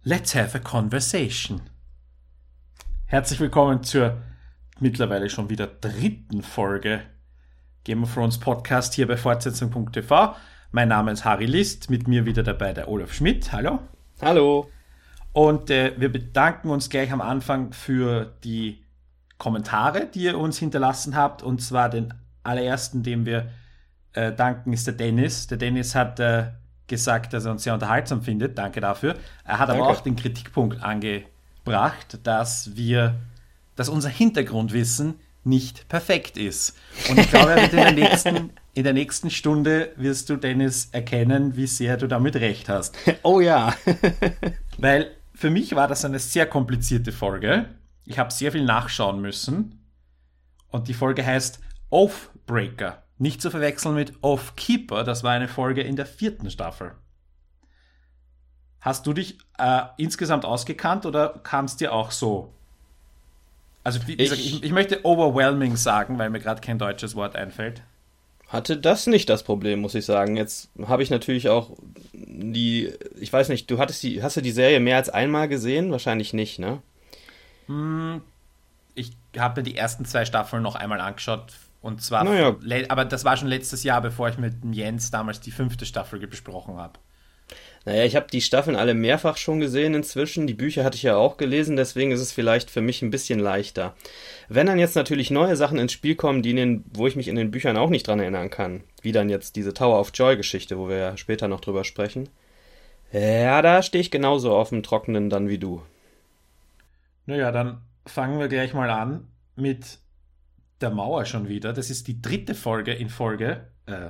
Let's have a conversation. Herzlich willkommen zur mittlerweile schon wieder 3. Folge Game of Thrones Podcast hier bei Fortsetzung.tv. Mein Name ist Harry List, mit mir wieder dabei der Olaf Schmidt. Hallo. Hallo. Und wir bedanken uns gleich am Anfang für die Kommentare, die ihr uns hinterlassen habt. Und zwar den allerersten, dem wir danken, ist der Dennis. Der Dennis hat gesagt, dass er uns sehr unterhaltsam findet. Danke dafür. Er hat aber auch den Kritikpunkt angebracht, dass unser Hintergrundwissen nicht perfekt ist. Und ich glaube, in der nächsten Stunde wirst du, Dennis, erkennen, wie sehr du damit recht hast. Oh ja. Weil für mich war das eine sehr komplizierte Folge. Ich habe sehr viel nachschauen müssen. Und die Folge heißt Oathbreaker. Nicht zu verwechseln mit Oathkeeper. Das war eine Folge in der 4. Staffel. Hast du dich insgesamt ausgekannt oder kam es dir auch so? Also ich möchte overwhelming sagen, weil mir gerade kein deutsches Wort einfällt. Hatte das nicht das Problem, muss ich sagen. Jetzt habe ich natürlich auch ich weiß nicht, hast du die Serie mehr als einmal gesehen? Wahrscheinlich nicht, ne? Ich habe mir die ersten 2 Staffeln noch einmal angeschaut. Und zwar, aber das war schon letztes Jahr, bevor ich mit dem Jens damals die 5. Staffel besprochen habe. Naja, ich habe die Staffeln alle mehrfach schon gesehen inzwischen. Die Bücher hatte ich ja auch gelesen, deswegen ist es vielleicht für mich ein bisschen leichter. Wenn dann jetzt natürlich neue Sachen ins Spiel kommen, wo ich mich in den Büchern auch nicht dran erinnern kann, wie dann jetzt diese Tower of Joy-Geschichte, wo wir ja später noch drüber sprechen, ja, da stehe ich genauso auf dem Trockenen dann wie du. Naja, dann fangen wir gleich mal an mit der Mauer schon wieder. Das ist die 3. Folge in Folge.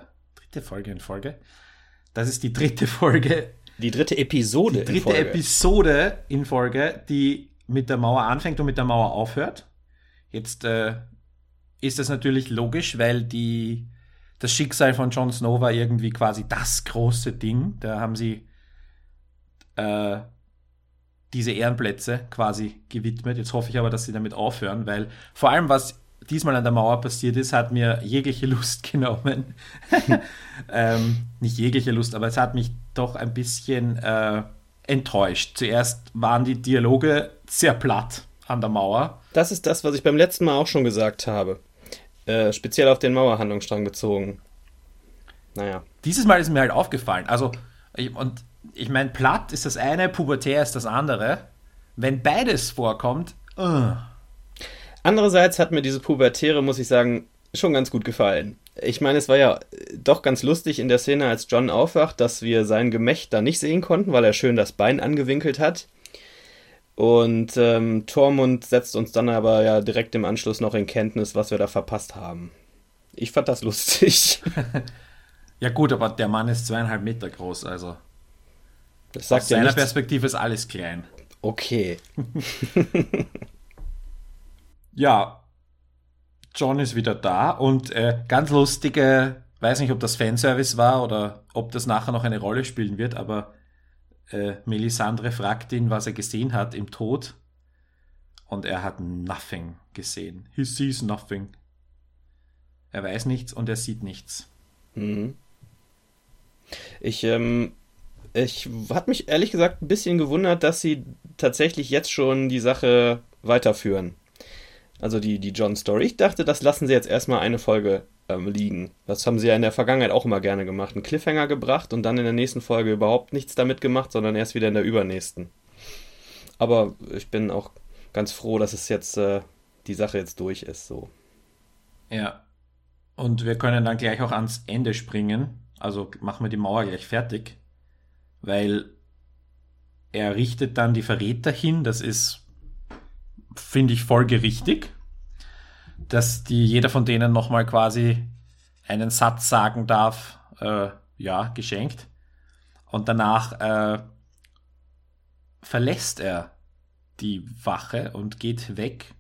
Das ist die 3. Folge. Die 3. Episode in Folge. Die 3. Episode in Folge, die mit der Mauer anfängt und mit der Mauer aufhört. Jetzt ist das natürlich logisch, weil das Schicksal von Jon Snow war irgendwie quasi das große Ding. Da haben sie diese Ehrenplätze quasi gewidmet. Jetzt hoffe ich aber, dass sie damit aufhören, weil vor allem, was diesmal an der Mauer passiert ist, hat mir jegliche Lust genommen. Nicht jegliche Lust, aber es hat mich doch ein bisschen enttäuscht. Zuerst waren die Dialoge sehr platt an der Mauer. Das ist das, was ich beim letzten Mal auch schon gesagt habe. Speziell auf den Mauerhandlungsstrang bezogen. Naja. Dieses Mal ist mir halt aufgefallen. Also, ich meine, platt ist das eine, pubertär ist das andere. Wenn beides vorkommt, Andererseits hat mir diese Pubertäre, muss ich sagen, schon ganz gut gefallen. Ich meine, es war ja doch ganz lustig in der Szene, als Jon aufwacht, dass wir sein Gemächt da nicht sehen konnten, weil er schön das Bein angewinkelt hat. Und Tormund setzt uns dann aber ja direkt im Anschluss noch in Kenntnis, was wir da verpasst haben. Ich fand das lustig. Ja gut, aber der Mann ist 2,5 Meter groß, also das sagt aus seiner Perspektive ist alles klein. Okay. Ja, Jon ist wieder da und ganz lustige, weiß nicht, ob das Fanservice war oder ob das nachher noch eine Rolle spielen wird, aber Melisandre fragt ihn, was er gesehen hat im Tod und er hat nothing gesehen. He sees nothing. Er weiß nichts und er sieht nichts. Mhm. Ich hat mich ehrlich gesagt ein bisschen gewundert, dass sie tatsächlich jetzt schon die Sache weiterführen. Also die Jon-Story. Ich dachte, das lassen sie jetzt erstmal eine Folge liegen. Das haben sie ja in der Vergangenheit auch immer gerne gemacht. Einen Cliffhanger gebracht und dann in der nächsten Folge überhaupt nichts damit gemacht, sondern erst wieder in der übernächsten. Aber ich bin auch ganz froh, dass es jetzt die Sache jetzt durch ist. So. Ja. Und wir können dann gleich auch ans Ende springen. Also machen wir die Mauer gleich fertig. Weil er richtet dann die Verräter hin. Das ist, finde ich, folgerichtig, dass jeder von denen nochmal quasi einen Satz sagen darf, geschenkt. Und danach verlässt er die Wache und geht weg.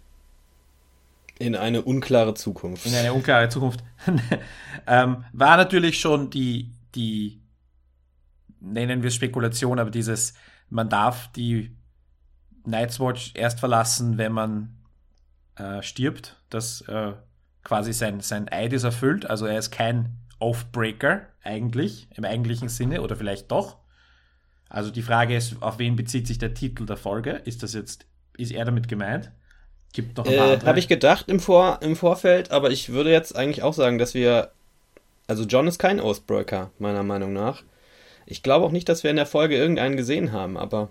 In eine unklare Zukunft. In eine unklare Zukunft. War natürlich schon die, nennen wir Spekulation, aber man darf die Night's Watch erst verlassen, wenn man stirbt, dass quasi sein Eid ist erfüllt, also er ist kein Oathbreaker eigentlich, im eigentlichen Sinne, oder vielleicht doch. Also die Frage ist, auf wen bezieht sich der Titel der Folge? Ist er damit gemeint? Gibt noch ein paar andere. Habe ich gedacht im Vorfeld, aber ich würde jetzt eigentlich auch sagen, also John ist kein Oathbreaker, meiner Meinung nach. Ich glaube auch nicht, dass wir in der Folge irgendeinen gesehen haben, aber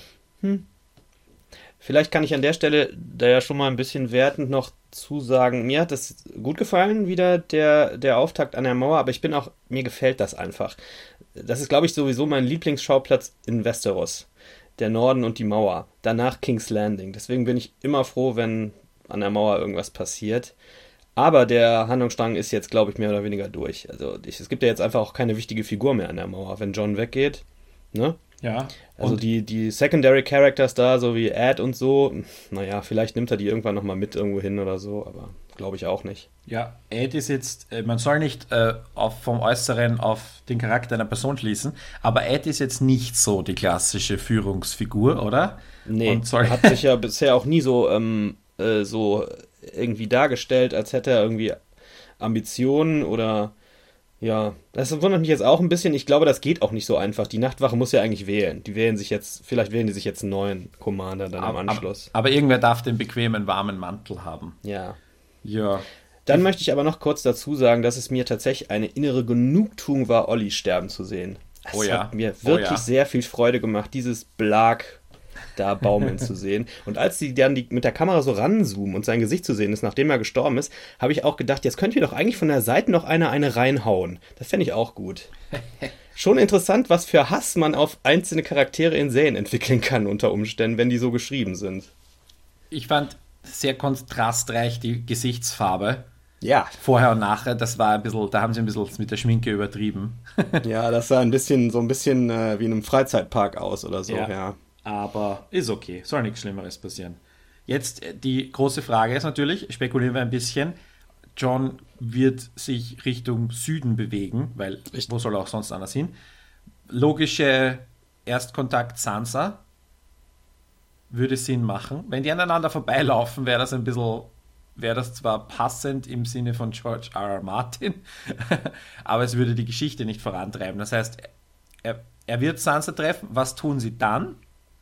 vielleicht kann ich an der Stelle da ja schon mal ein bisschen wertend noch zusagen, mir hat das gut gefallen, wieder der Auftakt an der Mauer, aber mir gefällt das einfach. Das ist, glaube ich, sowieso mein Lieblingsschauplatz in Westeros. Der Norden und die Mauer. Danach King's Landing. Deswegen bin ich immer froh, wenn an der Mauer irgendwas passiert. Aber der Handlungsstrang ist jetzt, glaube ich, mehr oder weniger durch. Also es gibt ja jetzt einfach auch keine wichtige Figur mehr an der Mauer, wenn John weggeht. Ne? Ja. Also die Secondary Characters da, so wie Ed und so, naja, vielleicht nimmt er die irgendwann nochmal mit irgendwo hin oder so, aber glaube ich auch nicht. Ja, Ed ist jetzt, man soll nicht vom Äußeren auf den Charakter einer Person schließen, aber Ed ist jetzt nicht so die klassische Führungsfigur, oder? Nee, er hat sich ja bisher auch nie so irgendwie dargestellt, als hätte er irgendwie Ambitionen oder ja, das wundert mich jetzt auch ein bisschen. Ich glaube, das geht auch nicht so einfach. Die Nachtwache muss ja eigentlich wählen. Vielleicht wählen die sich jetzt einen neuen Commander dann im Anschluss. Aber irgendwer darf den bequemen, warmen Mantel haben. Ja. Ja. Dann möchte ich aber noch kurz dazu sagen, dass es mir tatsächlich eine innere Genugtuung war, Olli sterben zu sehen. Es hat mir wirklich sehr viel Freude gemacht, dieses Blag da baumeln zu sehen. Und als die dann mit der Kamera so ranzoomen und sein Gesicht zu sehen ist, nachdem er gestorben ist, habe ich auch gedacht, jetzt könnt ihr doch eigentlich von der Seite noch eine reinhauen. Das fände ich auch gut. Schon interessant, was für Hass man auf einzelne Charaktere in Serien entwickeln kann unter Umständen, wenn die so geschrieben sind. Ich fand sehr kontrastreich die Gesichtsfarbe. Ja. Vorher und nachher, das war ein bisschen, da haben sie ein bisschen mit der Schminke übertrieben. Ja, das sah so ein bisschen wie in einem Freizeitpark aus oder so, ja. Aber ist okay, soll nichts Schlimmeres passieren. Jetzt die große Frage ist natürlich, spekulieren wir ein bisschen, John wird sich Richtung Süden bewegen, weil wo soll er auch sonst anders hin? Logische Erstkontakt Sansa würde Sinn machen. Wenn die aneinander vorbeilaufen, wäre das zwar passend im Sinne von George R.R. Martin, aber es würde die Geschichte nicht vorantreiben. Das heißt, er wird Sansa treffen. Was tun sie dann?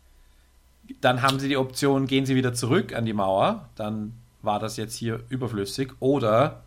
Dann haben sie die Option, gehen sie wieder zurück an die Mauer. Dann war das jetzt hier überflüssig. Oder,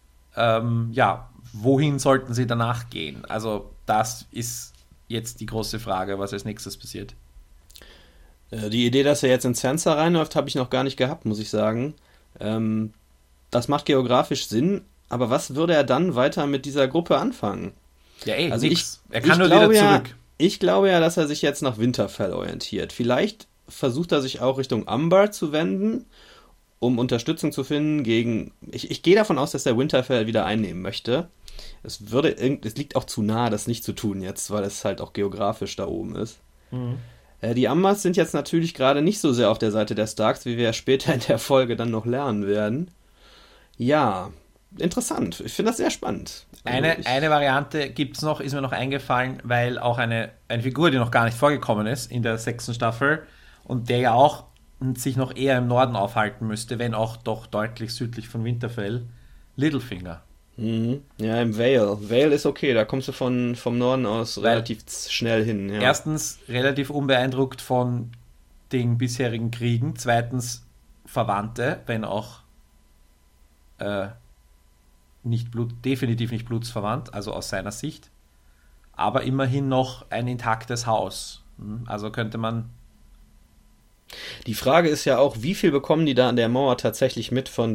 wohin sollten sie danach gehen? Also das ist jetzt die große Frage, was als nächstes passiert. Die Idee, dass er jetzt in Sansa reinläuft, habe ich noch gar nicht gehabt, muss ich sagen. Das macht geografisch Sinn, aber was würde er dann weiter mit dieser Gruppe anfangen? Ja, also nix. Er kann nur wieder zurück. Ich glaube ja, dass er sich jetzt nach Winterfell orientiert. Vielleicht versucht er sich auch Richtung Umbar zu wenden, um Unterstützung zu finden gegen... Ich gehe davon aus, dass er Winterfell wieder einnehmen möchte. Es liegt auch zu nah, das nicht zu tun jetzt, weil es halt auch geografisch da oben ist. Mhm. Die Umbars sind jetzt natürlich gerade nicht so sehr auf der Seite der Starks, wie wir ja später in der Folge dann noch lernen werden. Ja, interessant. Ich finde das sehr spannend. Eine Variante ist mir noch eingefallen, weil auch eine Figur, die noch gar nicht vorgekommen ist in der 6. Staffel und der ja auch sich noch eher im Norden aufhalten müsste, wenn auch doch deutlich südlich von Winterfell, Littlefinger. Mhm. Ja, im Vale. Vale ist okay, da kommst du vom Norden aus relativ schnell hin. Ja. Erstens relativ unbeeindruckt von den bisherigen Kriegen, zweitens Verwandte, wenn auch definitiv nicht blutsverwandt, also aus seiner Sicht, aber immerhin noch ein intaktes Haus. Also könnte man... Die Frage ist ja auch, wie viel bekommen die da an der Mauer tatsächlich mit von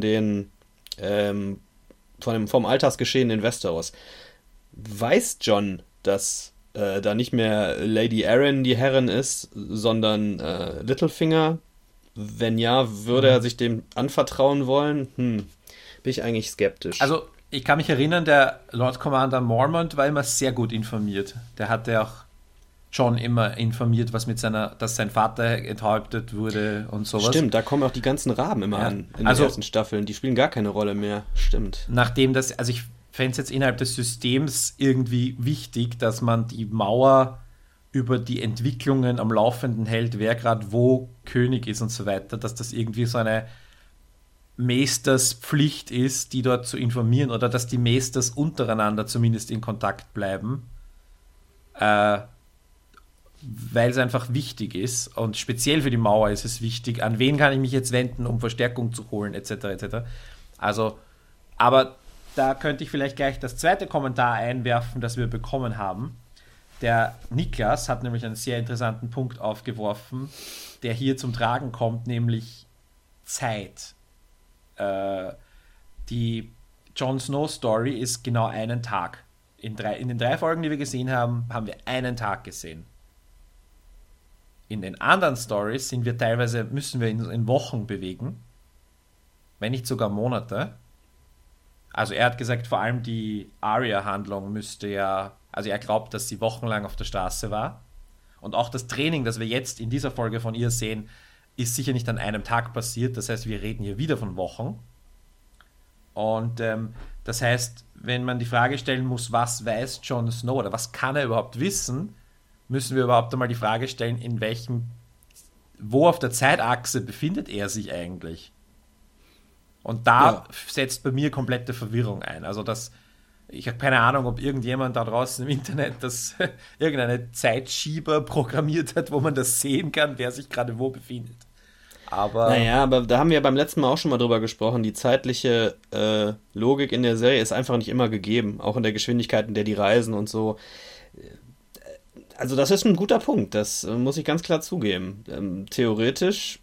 vom Alltagsgeschehen in Westeros? Weiß John, dass da nicht mehr Lady Arryn die Herrin ist, sondern Littlefinger? Wenn ja, würde er sich dem anvertrauen wollen? Bin ich eigentlich skeptisch. Also, ich kann mich erinnern, der Lord Commander Mormont war immer sehr gut informiert. Der hatte auch schon immer informiert, dass sein Vater enthauptet wurde und sowas. Stimmt, da kommen auch die ganzen Raben immer an in den ersten Staffeln. Die spielen gar keine Rolle mehr. Stimmt. Ich fände es jetzt innerhalb des Systems irgendwie wichtig, dass man die Mauer über die Entwicklungen am Laufenden hält, wer gerade wo König ist und so weiter, dass das irgendwie so eine Maesters-Pflicht ist, die dort zu informieren, oder dass die Maesters untereinander zumindest in Kontakt bleiben. weil es einfach wichtig ist und speziell für die Mauer ist es wichtig, an wen kann ich mich jetzt wenden, um Verstärkung zu holen, etc. etc. Also, aber da könnte ich vielleicht gleich das zweite Kommentar einwerfen, das wir bekommen haben. Der Niklas hat nämlich einen sehr interessanten Punkt aufgeworfen, der hier zum Tragen kommt, nämlich Zeit. Die Jon Snow Story ist genau einen Tag. In den 3 Folgen, die wir gesehen haben, haben wir einen Tag gesehen. In den anderen Stories müssen wir in Wochen bewegen, wenn nicht sogar Monate. Also er hat gesagt, vor allem die Arya-Handlung also er glaubt, dass sie wochenlang auf der Straße war. Und auch das Training, das wir jetzt in dieser Folge von ihr sehen, ist sicher nicht an einem Tag passiert. Das heißt, wir reden hier wieder von Wochen. Und das heißt, wenn man die Frage stellen muss, was weiß Jon Snow oder was kann er überhaupt wissen, müssen wir überhaupt einmal die Frage stellen, wo auf der Zeitachse befindet er sich eigentlich? Und da setzt bei mir komplette Verwirrung ein. Also ich habe keine Ahnung, ob irgendjemand da draußen im Internet irgendeine Zeitschieber programmiert hat, wo man das sehen kann, wer sich gerade wo befindet. Aber da haben wir beim letzten Mal auch schon mal drüber gesprochen. Die zeitliche Logik in der Serie ist einfach nicht immer gegeben. Auch in der Geschwindigkeit, in der die reisen und so. Also das ist ein guter Punkt. Das muss ich ganz klar zugeben. Theoretisch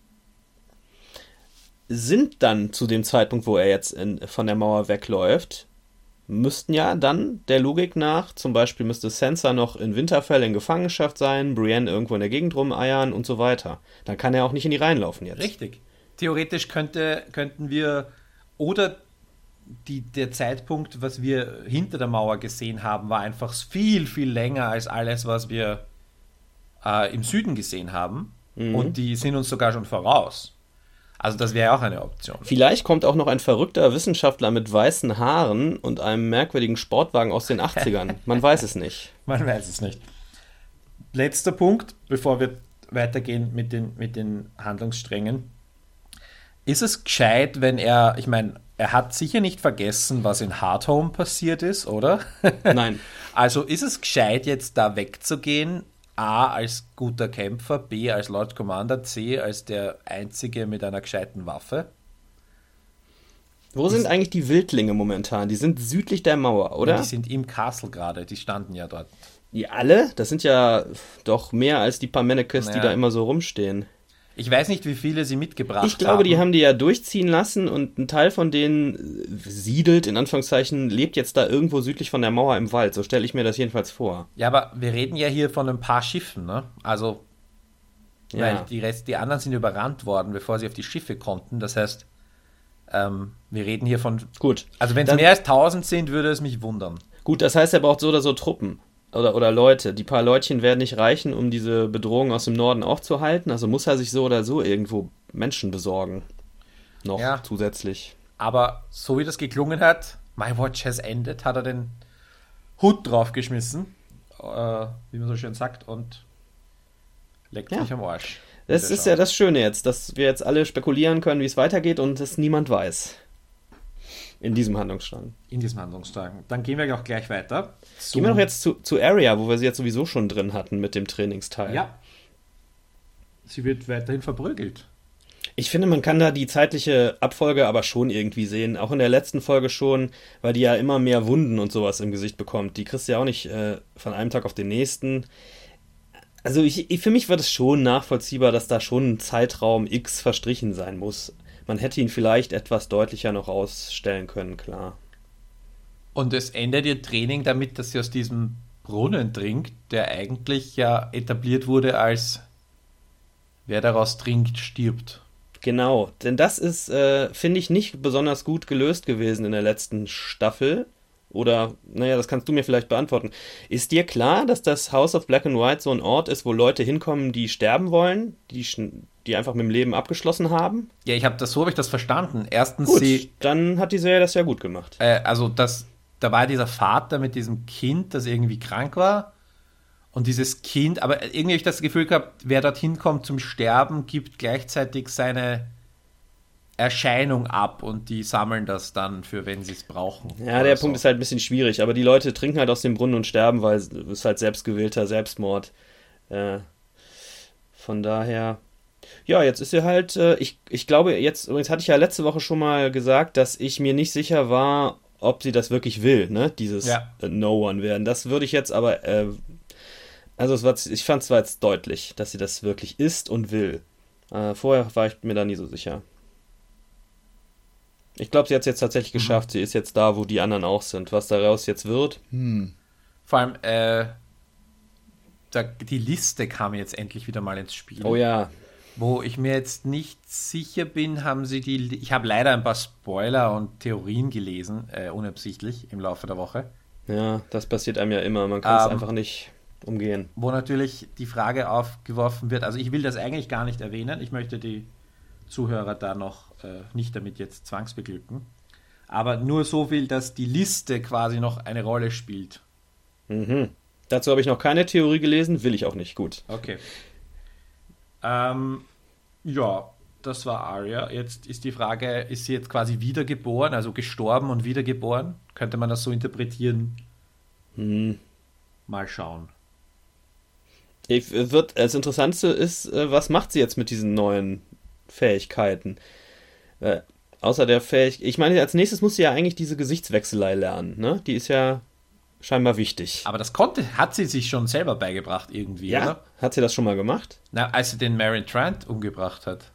sind dann zu dem Zeitpunkt, wo er jetzt von der Mauer wegläuft, müssten ja dann der Logik nach, zum Beispiel müsste Sansa noch in Winterfell in Gefangenschaft sein, Brienne irgendwo in der Gegend rumeiern und so weiter. Dann kann er auch nicht in die Reihen laufen jetzt. Richtig. Theoretisch könnten wir, oder der Zeitpunkt, was wir hinter der Mauer gesehen haben, war einfach viel, viel länger als alles, was wir im Süden gesehen haben. Mhm. Und die sind uns sogar schon voraus. Also das wäre auch eine Option. Vielleicht kommt auch noch ein verrückter Wissenschaftler mit weißen Haaren und einem merkwürdigen Sportwagen aus den 80ern. Man weiß es nicht. Man weiß es nicht. Letzter Punkt, bevor wir weitergehen mit den Handlungssträngen. Ist es gescheit, wenn er hat sicher nicht vergessen, was in Hardhome passiert ist, oder? Nein. Also ist es gescheit, jetzt da wegzugehen, A, als guter Kämpfer, B, als Lord Commander, C, als der Einzige mit einer gescheiten Waffe? Wo sind eigentlich die Wildlinge momentan? Die sind südlich der Mauer, oder? Ja, die sind im Castle gerade, die standen ja dort. Die alle? Das sind ja doch mehr als die paar Mannequins, die da immer so rumstehen. Ich weiß nicht, wie viele sie mitgebracht haben. Ich glaube, die haben die ja durchziehen lassen und ein Teil von denen siedelt, in Anführungszeichen, lebt jetzt da irgendwo südlich von der Mauer im Wald. So stelle ich mir das jedenfalls vor. Ja, aber wir reden ja hier von ein paar Schiffen, ne? Also, weil die anderen sind überrannt worden, bevor sie auf die Schiffe konnten. Das heißt, wir reden hier von... Gut. Also wenn es mehr als 1000 sind, würde es mich wundern. Gut, das heißt, er braucht so oder so Truppen. Oder Leute. Die paar Leutchen werden nicht reichen, um diese Bedrohung aus dem Norden aufzuhalten. Also muss er sich so oder so irgendwo Menschen besorgen. Noch zusätzlich. Aber so wie das geklungen hat, My Watch has ended, hat er den Hut draufgeschmissen, wie man so schön sagt, und leckt sich am Arsch. Das ist ja das Schöne jetzt, dass wir jetzt alle spekulieren können, wie es weitergeht und es niemand weiß. In diesem Handlungsstrang. Dann gehen wir auch gleich weiter. Gehen wir doch jetzt zu Arya, wo wir sie jetzt sowieso schon drin hatten mit dem Trainingsteil. Ja. Sie wird weiterhin verprügelt. Ich finde, man kann da die zeitliche Abfolge aber schon irgendwie sehen. Auch in der letzten Folge schon, weil die ja immer mehr Wunden und sowas im Gesicht bekommt. Die kriegst du ja auch nicht von einem Tag auf den nächsten. Also für mich wird es schon nachvollziehbar, dass da schon ein Zeitraum X verstrichen sein muss. Man hätte ihn vielleicht etwas deutlicher noch ausstellen können, klar. Und es endet ihr Training damit, dass sie aus diesem Brunnen trinkt, der eigentlich ja etabliert wurde als wer daraus trinkt, stirbt. Genau, denn das ist, finde ich, nicht besonders gut gelöst gewesen in der letzten Staffel. Oder, das kannst du mir vielleicht beantworten. Ist dir klar, dass das House of Black and White so ein Ort ist, wo Leute hinkommen, die sterben wollen, die einfach mit dem Leben abgeschlossen haben? Ja, so habe ich das verstanden. Erstens gut, dann hat die Serie das ja gut gemacht. Da war dieser Vater mit diesem Kind, das irgendwie krank war. Und dieses Kind, aber irgendwie habe ich das Gefühl gehabt, wer dorthin kommt zum Sterben, gibt gleichzeitig seine Erscheinung ab und die sammeln das dann für, wenn sie es brauchen. Ja, der Punkt ist halt ein bisschen schwierig, aber die Leute trinken halt aus dem Brunnen und sterben, weil es halt selbstgewählter Selbstmord. Äh, von daher, ja, jetzt ist sie halt, ich glaube, jetzt, übrigens hatte ich ja letzte Woche schon mal gesagt, dass ich mir nicht sicher war, ob sie das wirklich will, ne? Dieses Ja. No One werden. Das würde ich jetzt aber, also ich fand es zwar jetzt deutlich, dass sie das wirklich ist und will. Vorher war ich mir da nie so sicher. Ich glaube, sie hat es jetzt tatsächlich geschafft. Sie ist jetzt da, wo die anderen auch sind. Was daraus jetzt wird? Vor allem, die Liste kam jetzt endlich wieder mal ins Spiel. Oh ja. Wo ich mir jetzt nicht sicher bin, haben sie ich habe leider ein paar Spoiler und Theorien gelesen, unabsichtlich im Laufe der Woche. Ja, das passiert einem ja immer. Man kann es Ähm, einfach nicht umgehen. Wo natürlich die Frage aufgeworfen wird, also ich will das eigentlich gar nicht erwähnen, ich möchte die Zuhörer da noch nicht damit jetzt zwangsbeglücken, aber nur so viel, dass die Liste quasi noch eine Rolle spielt. Mhm. Dazu habe ich noch keine Theorie gelesen, will ich auch nicht. Gut. Okay. Ja, das war Arya. Jetzt ist die Frage, ist sie jetzt quasi wiedergeboren, also gestorben und wiedergeboren? Könnte man das so interpretieren? Hm. Mal schauen. Das Interessanteste ist, was macht sie jetzt mit diesen neuen Fähigkeiten? Außer der Fähigkeit. Ich meine, als nächstes muss sie ja eigentlich diese Gesichtswechselei lernen, ne? Die ist ja scheinbar wichtig. Aber hat sie sich schon selber beigebracht irgendwie, Ja? oder? Hat sie das schon mal gemacht? Na, als sie den Meryn Trant umgebracht hat.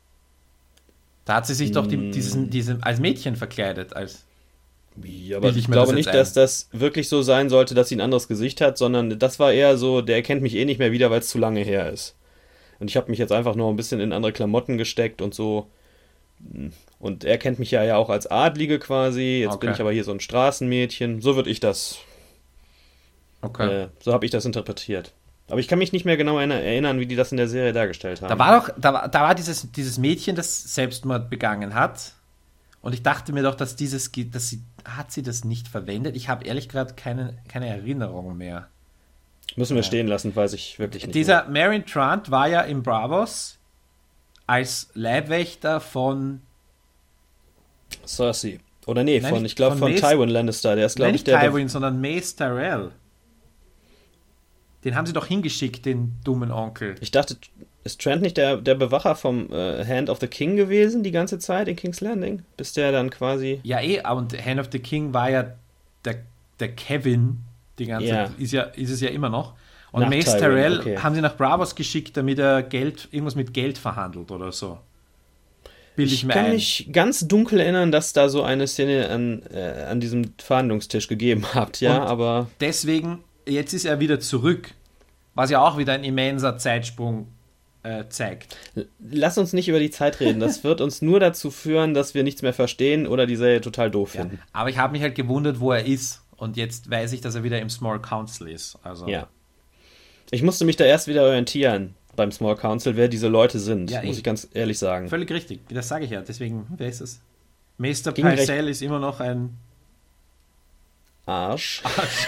Da hat sie sich doch als Mädchen verkleidet. Wie, aber Bild ich ich mir glaube das nicht, jetzt dass das wirklich so sein sollte, dass sie ein anderes Gesicht hat, sondern das war eher so, der erkennt mich eh nicht mehr wieder, weil es zu lange her ist. Und ich habe mich jetzt einfach nur ein bisschen in andere Klamotten gesteckt und so. Und er kennt mich ja auch als Adlige quasi. Jetzt bin Okay. ich aber hier so ein Straßenmädchen. So würde ich das, Okay. so habe ich das interpretiert. Aber ich kann mich nicht mehr genau erinnern, wie die das in der Serie dargestellt haben. Da war dieses Mädchen, das Selbstmord begangen hat. Und ich dachte mir doch, hat sie das nicht verwendet? Ich habe ehrlich gesagt keine Erinnerung mehr. Müssen wir stehen lassen, weiß ich wirklich nicht. Dieser Meryn Trant war ja im Bravos als Leibwächter von Cersei. Oder nee, Nein, ich glaube von Mace- Tywin Lannister. Der ist, glaube ich, nicht Tywin, sondern Mace Tyrell. Den haben sie doch hingeschickt, den dummen Onkel. Ich dachte, ist Trent nicht der Bewacher vom Hand of the King gewesen die ganze Zeit in King's Landing? Bis der dann quasi... Ja, und Hand of the King war ja der Kevin, die ganze Ja. ist es ja immer noch. Und Nach Mace Tywin, Tyrell okay. haben sie nach Bravos geschickt, damit er irgendwas mit Geld verhandelt oder so. Bilde ich Ich mir kann ein. mich ganz dunkel erinnern, dass da so eine Szene an diesem Verhandlungstisch gegeben habt, ja, Und aber deswegen, jetzt ist er wieder zurück, was ja auch wieder ein immenser Zeitsprung zeigt. lass uns nicht über die Zeit reden. Das wird uns nur dazu führen, dass wir nichts mehr verstehen oder die Serie total doof Ja. finden. Aber ich habe mich halt gewundert, wo er ist. Und jetzt weiß ich, dass er wieder im Small Council ist. Also, Ja. Ich musste mich da erst wieder orientieren beim Small Council, wer diese Leute sind, Ja, muss ich ganz ehrlich sagen. völlig richtig. Das sage ich ja. Deswegen, wer ist es? Meister Ging recht- Pycelle ist immer noch ein... Arsch.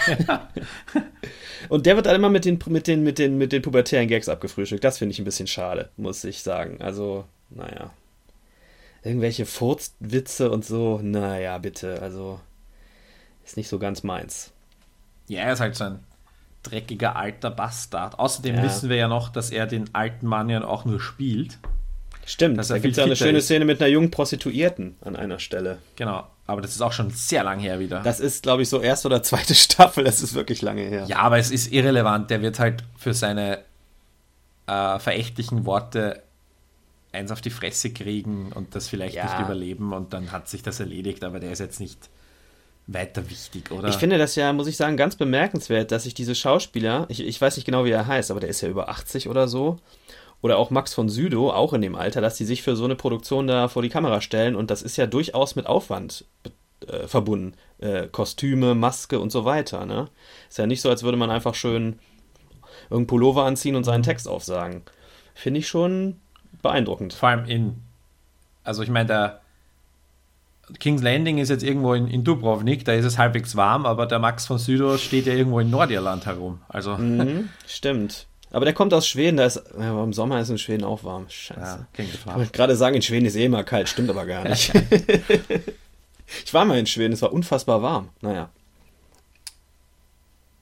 Und der wird dann immer mit den pubertären Gags abgefrühstückt. Das finde ich ein bisschen schade, muss ich sagen. Also, naja. Irgendwelche Furzwitze und so, naja, bitte. Also, ist nicht so ganz meins. Ja, er ist halt so ein dreckiger alter Bastard. Außerdem Ja. wissen wir ja noch, dass er den alten Mann ja auch nur spielt. Stimmt, Dass er da gibt es viel ja eine fitter schöne ist. Szene mit einer jungen Prostituierten an einer Stelle. Genau. Aber das ist auch schon sehr lang her wieder. Das ist, glaube ich, so erste oder zweite Staffel. Das ist wirklich lange her. Ja, aber es ist irrelevant. Der wird halt für seine verächtlichen Worte eins auf die Fresse kriegen und das vielleicht Ja. nicht überleben und dann hat sich das erledigt, aber der ist jetzt nicht weiter wichtig, oder? Ich finde das ja, muss ich sagen, ganz bemerkenswert, dass sich diese Schauspieler, ich weiß nicht genau, wie er heißt, aber der ist ja über 80 oder so, oder auch Max von Sydow, auch in dem Alter, dass die sich für so eine Produktion da vor die Kamera stellen und das ist ja durchaus mit Aufwand verbunden. Kostüme, Maske und so weiter, ne? Ist ja nicht so, als würde man einfach schön irgendeinen Pullover anziehen und seinen Text aufsagen. Finde ich schon beeindruckend. Vor allem also ich meine, der King's Landing ist jetzt irgendwo in Dubrovnik, da ist es halbwegs warm, aber der Max von Sydow steht ja irgendwo in Nordirland herum. Also, Mhm, stimmt. Aber der kommt aus Schweden, aber im Sommer ist in Schweden auch warm. Scheiße. ja, klingt Ich wollte gerade sagen, in Schweden ist eh immer kalt, stimmt aber gar nicht. Ich war mal in Schweden, es war unfassbar warm. Naja.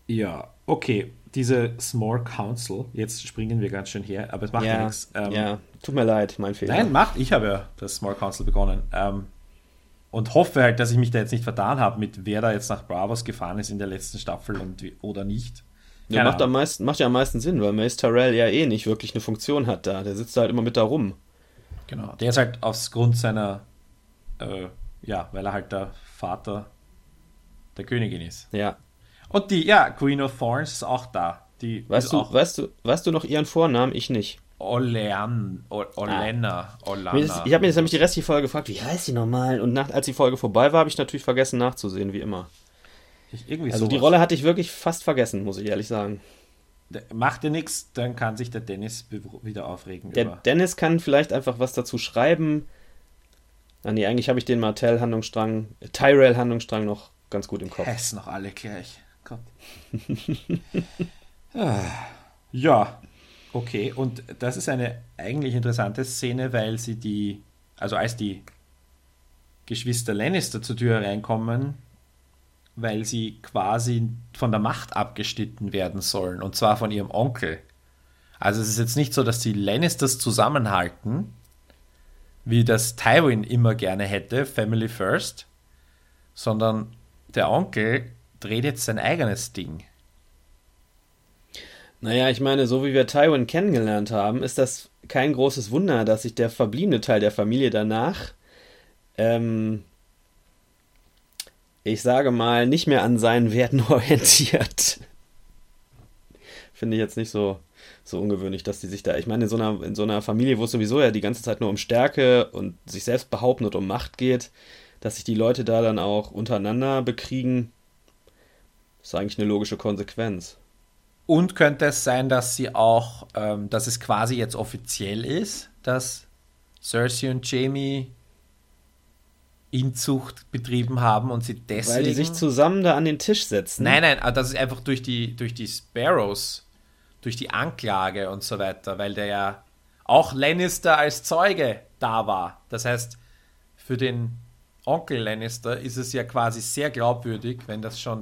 Ja, okay. Diese Small Council, jetzt springen wir ganz schön her, aber es macht ja nichts. Ja, tut mir leid, mein Fehler. Nein, ich habe ja das Small Council begonnen. Und hoffe halt, dass ich mich da jetzt nicht vertan habe, mit wer da jetzt nach Bravos gefahren ist in der letzten Staffel oder nicht. Ja, macht ja am meisten Sinn, weil Mace Tyrell ja eh nicht wirklich eine Funktion hat da. Der sitzt da halt immer mit da rum. Genau, der ist halt aufgrund seiner, weil er halt der Vater der Königin ist. Ja. Und Queen of Thorns ist auch da. Weißt du noch ihren Vornamen? Ich nicht. Olena. Ich habe mir jetzt nämlich die restliche Folge gefragt, wie heißt sie nochmal? Und als die Folge vorbei war, habe ich natürlich vergessen nachzusehen, wie immer. Die Rolle hatte ich wirklich fast vergessen, muss ich ehrlich sagen. Macht dir nichts, dann kann sich der Dennis wieder aufregen. Dennis kann vielleicht einfach was dazu schreiben. Eigentlich habe ich den Tyrell-Handlungsstrang noch ganz gut im Kopf. Ist noch alle gleich. Gott. Ja, okay. Und das ist eine eigentlich interessante Szene, weil als die Geschwister Lannister zur Tür reinkommen, weil sie quasi von der Macht abgeschnitten werden sollen, und zwar von ihrem Onkel. Also es ist jetzt nicht so, dass die Lannisters zusammenhalten, wie das Tywin immer gerne hätte, Family First, sondern der Onkel dreht jetzt sein eigenes Ding. Naja, ich meine, so wie wir Tywin kennengelernt haben, ist das kein großes Wunder, dass sich der verbliebene Teil der Familie danach, ich sage mal, nicht mehr an seinen Werten orientiert. Finde ich jetzt nicht so ungewöhnlich, dass die sich da, ich meine, in so einer Familie, wo es sowieso ja die ganze Zeit nur um Stärke und sich selbst behaupten und um Macht geht, dass sich die Leute da dann auch untereinander bekriegen, ist eigentlich eine logische Konsequenz. Und könnte es sein, dass dass es quasi jetzt offiziell ist, dass Cersei und Jaime Inzucht betrieben haben und sie deswegen... Weil die sich zusammen da an den Tisch setzen? Nein, das ist einfach durch die Sparrows, durch die Anklage und so weiter, weil der ja auch Lannister als Zeuge da war. Das heißt, für den Onkel Lannister ist es ja quasi sehr glaubwürdig, wenn das schon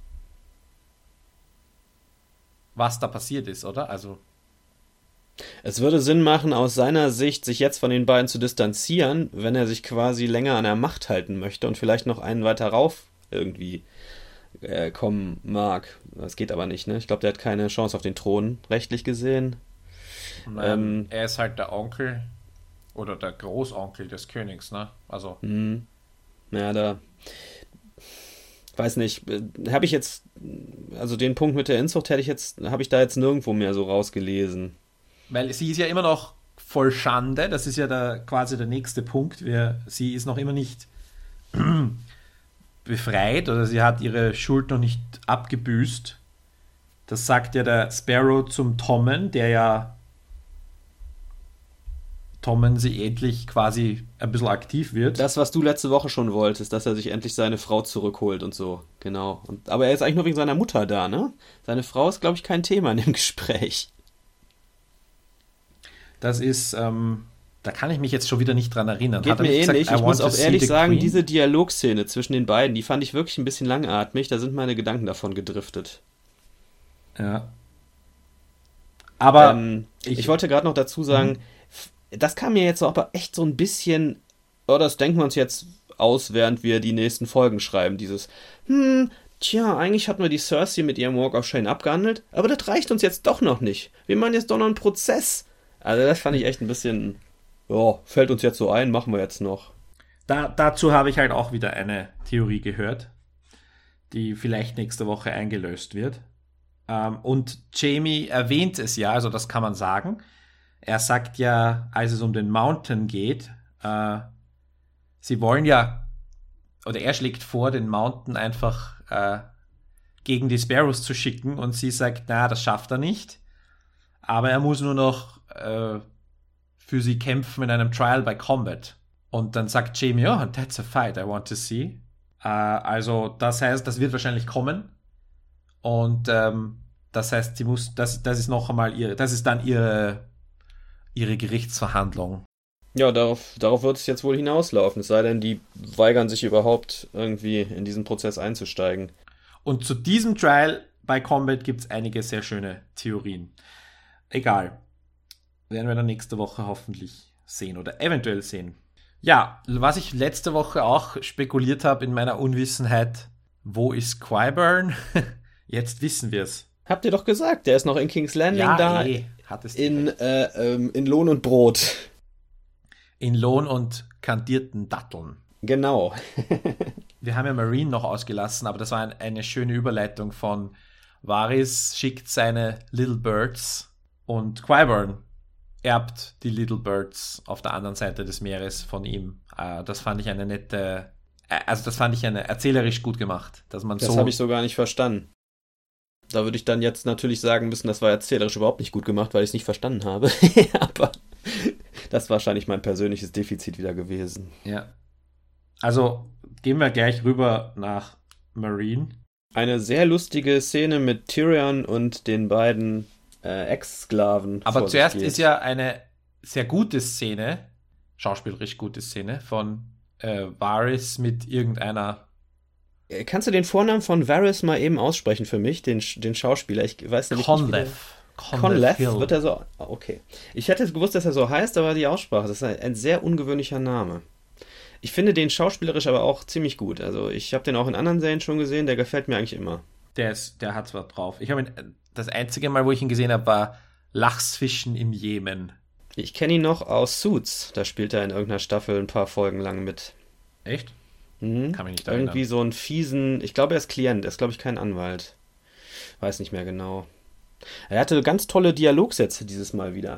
was da passiert ist, oder? Also es würde Sinn machen, aus seiner Sicht, sich jetzt von den beiden zu distanzieren, wenn er sich quasi länger an der Macht halten möchte und vielleicht noch einen weiter rauf irgendwie kommen mag. Das geht aber nicht, ne? Ich glaube, der hat keine Chance auf den Thron, rechtlich gesehen. Er ist halt der Onkel oder der Großonkel des Königs, ne? Also. Ja, weiß nicht, habe ich jetzt, also den Punkt mit der Inzucht habe ich da jetzt nirgendwo mehr so rausgelesen. Weil sie ist ja immer noch voll Schande, das ist ja quasi der nächste Punkt. Sie ist noch immer nicht befreit oder sie hat ihre Schuld noch nicht abgebüßt. Das sagt ja der Sparrow zum Tommen, der ja Tommen sie endlich quasi ein bisschen aktiv wird. Das, was du letzte Woche schon wolltest, dass er sich endlich seine Frau zurückholt und so, genau. Aber er ist eigentlich nur wegen seiner Mutter da, ne? Seine Frau ist, glaube ich, kein Thema in dem Gespräch. Das ist, da kann ich mich jetzt schon wieder nicht dran erinnern. Geht mir ähnlich. Ich muss auch ehrlich sagen, diese Dialogszene zwischen den beiden, die fand ich wirklich ein bisschen langatmig. Da sind meine Gedanken davon gedriftet. Ja. Aber ich wollte gerade noch dazu sagen, das kam mir jetzt aber echt so ein bisschen, das denken wir uns jetzt aus, während wir die nächsten Folgen schreiben. Dieses, eigentlich hatten wir die Cersei mit ihrem Walk of Shame abgehandelt, aber das reicht uns jetzt doch noch nicht. Wir machen jetzt doch noch einen Prozess. Also das fand ich echt ein bisschen, fällt uns jetzt so ein, machen wir jetzt noch. Dazu habe ich halt auch wieder eine Theorie gehört, die vielleicht nächste Woche eingelöst wird. Und Jaime erwähnt es ja, also das kann man sagen. Er sagt ja, als es um den Mountain geht, sie wollen ja, oder er schlägt vor, den Mountain einfach gegen die Sparrows zu schicken und sie sagt, das schafft er nicht. Aber er muss nur noch für sie kämpfen in einem Trial by Combat. Und dann sagt Jaime, that's a fight I want to see. Also das heißt, das wird wahrscheinlich kommen. Und das heißt, sie muss, das ist noch einmal das ist dann ihre Gerichtsverhandlung. Ja, darauf wird es jetzt wohl hinauslaufen. Es sei denn, die weigern sich überhaupt irgendwie in diesen Prozess einzusteigen. Und zu diesem Trial bei Combat gibt es einige sehr schöne Theorien. Egal. Werden wir dann nächste Woche hoffentlich sehen oder eventuell sehen. Ja, was ich letzte Woche auch spekuliert habe in meiner Unwissenheit, wo ist Qyburn? Jetzt wissen wir es. Habt ihr doch gesagt, der ist noch in King's Landing Ja, da. hattest In Lohn und Brot. in Lohn und kandierten Datteln. Genau. Wir haben ja Marine noch ausgelassen, aber das war eine schöne Überleitung von Varys schickt seine Little Birds und Qyburn erbt die Little Birds auf der anderen Seite des Meeres von ihm. Das fand ich eine nette, das fand ich erzählerisch gut gemacht, dass man Das habe ich so gar nicht verstanden. Da würde ich dann jetzt natürlich sagen müssen, das war erzählerisch überhaupt nicht gut gemacht, weil ich es nicht verstanden habe. Aber das ist wahrscheinlich mein persönliches Defizit wieder gewesen. Ja. Also gehen wir gleich rüber nach Marine. Eine sehr lustige Szene mit Tyrion und den beiden Ex-Sklaven. Aber zuerst ist ja eine sehr gute Szene, schauspielerisch gute Szene, von Varys mit irgendeiner. Kannst du den Vornamen von Varys mal eben aussprechen für mich, den Schauspieler? Ich weiß nicht. Conleth wird er so. Okay. Ich hätte gewusst, dass er so heißt, aber die Aussprache, das ist ein sehr ungewöhnlicher Name. Ich finde den schauspielerisch aber auch ziemlich gut. Also ich habe den auch in anderen Serien schon gesehen, der gefällt mir eigentlich immer. Der hat zwar drauf. Ich habe ihn, das einzige Mal, wo ich ihn gesehen habe, war Lachsfischen im Jemen. Ich kenne ihn noch aus Suits. Da spielt er in irgendeiner Staffel ein paar Folgen lang mit. Echt? Mhm. Kann mich nicht erinnern. Irgendwie so einen fiesen, ich glaube, er ist Klient, er ist, glaube ich, kein Anwalt. Weiß nicht mehr genau. Er hatte ganz tolle Dialogsätze dieses Mal wieder.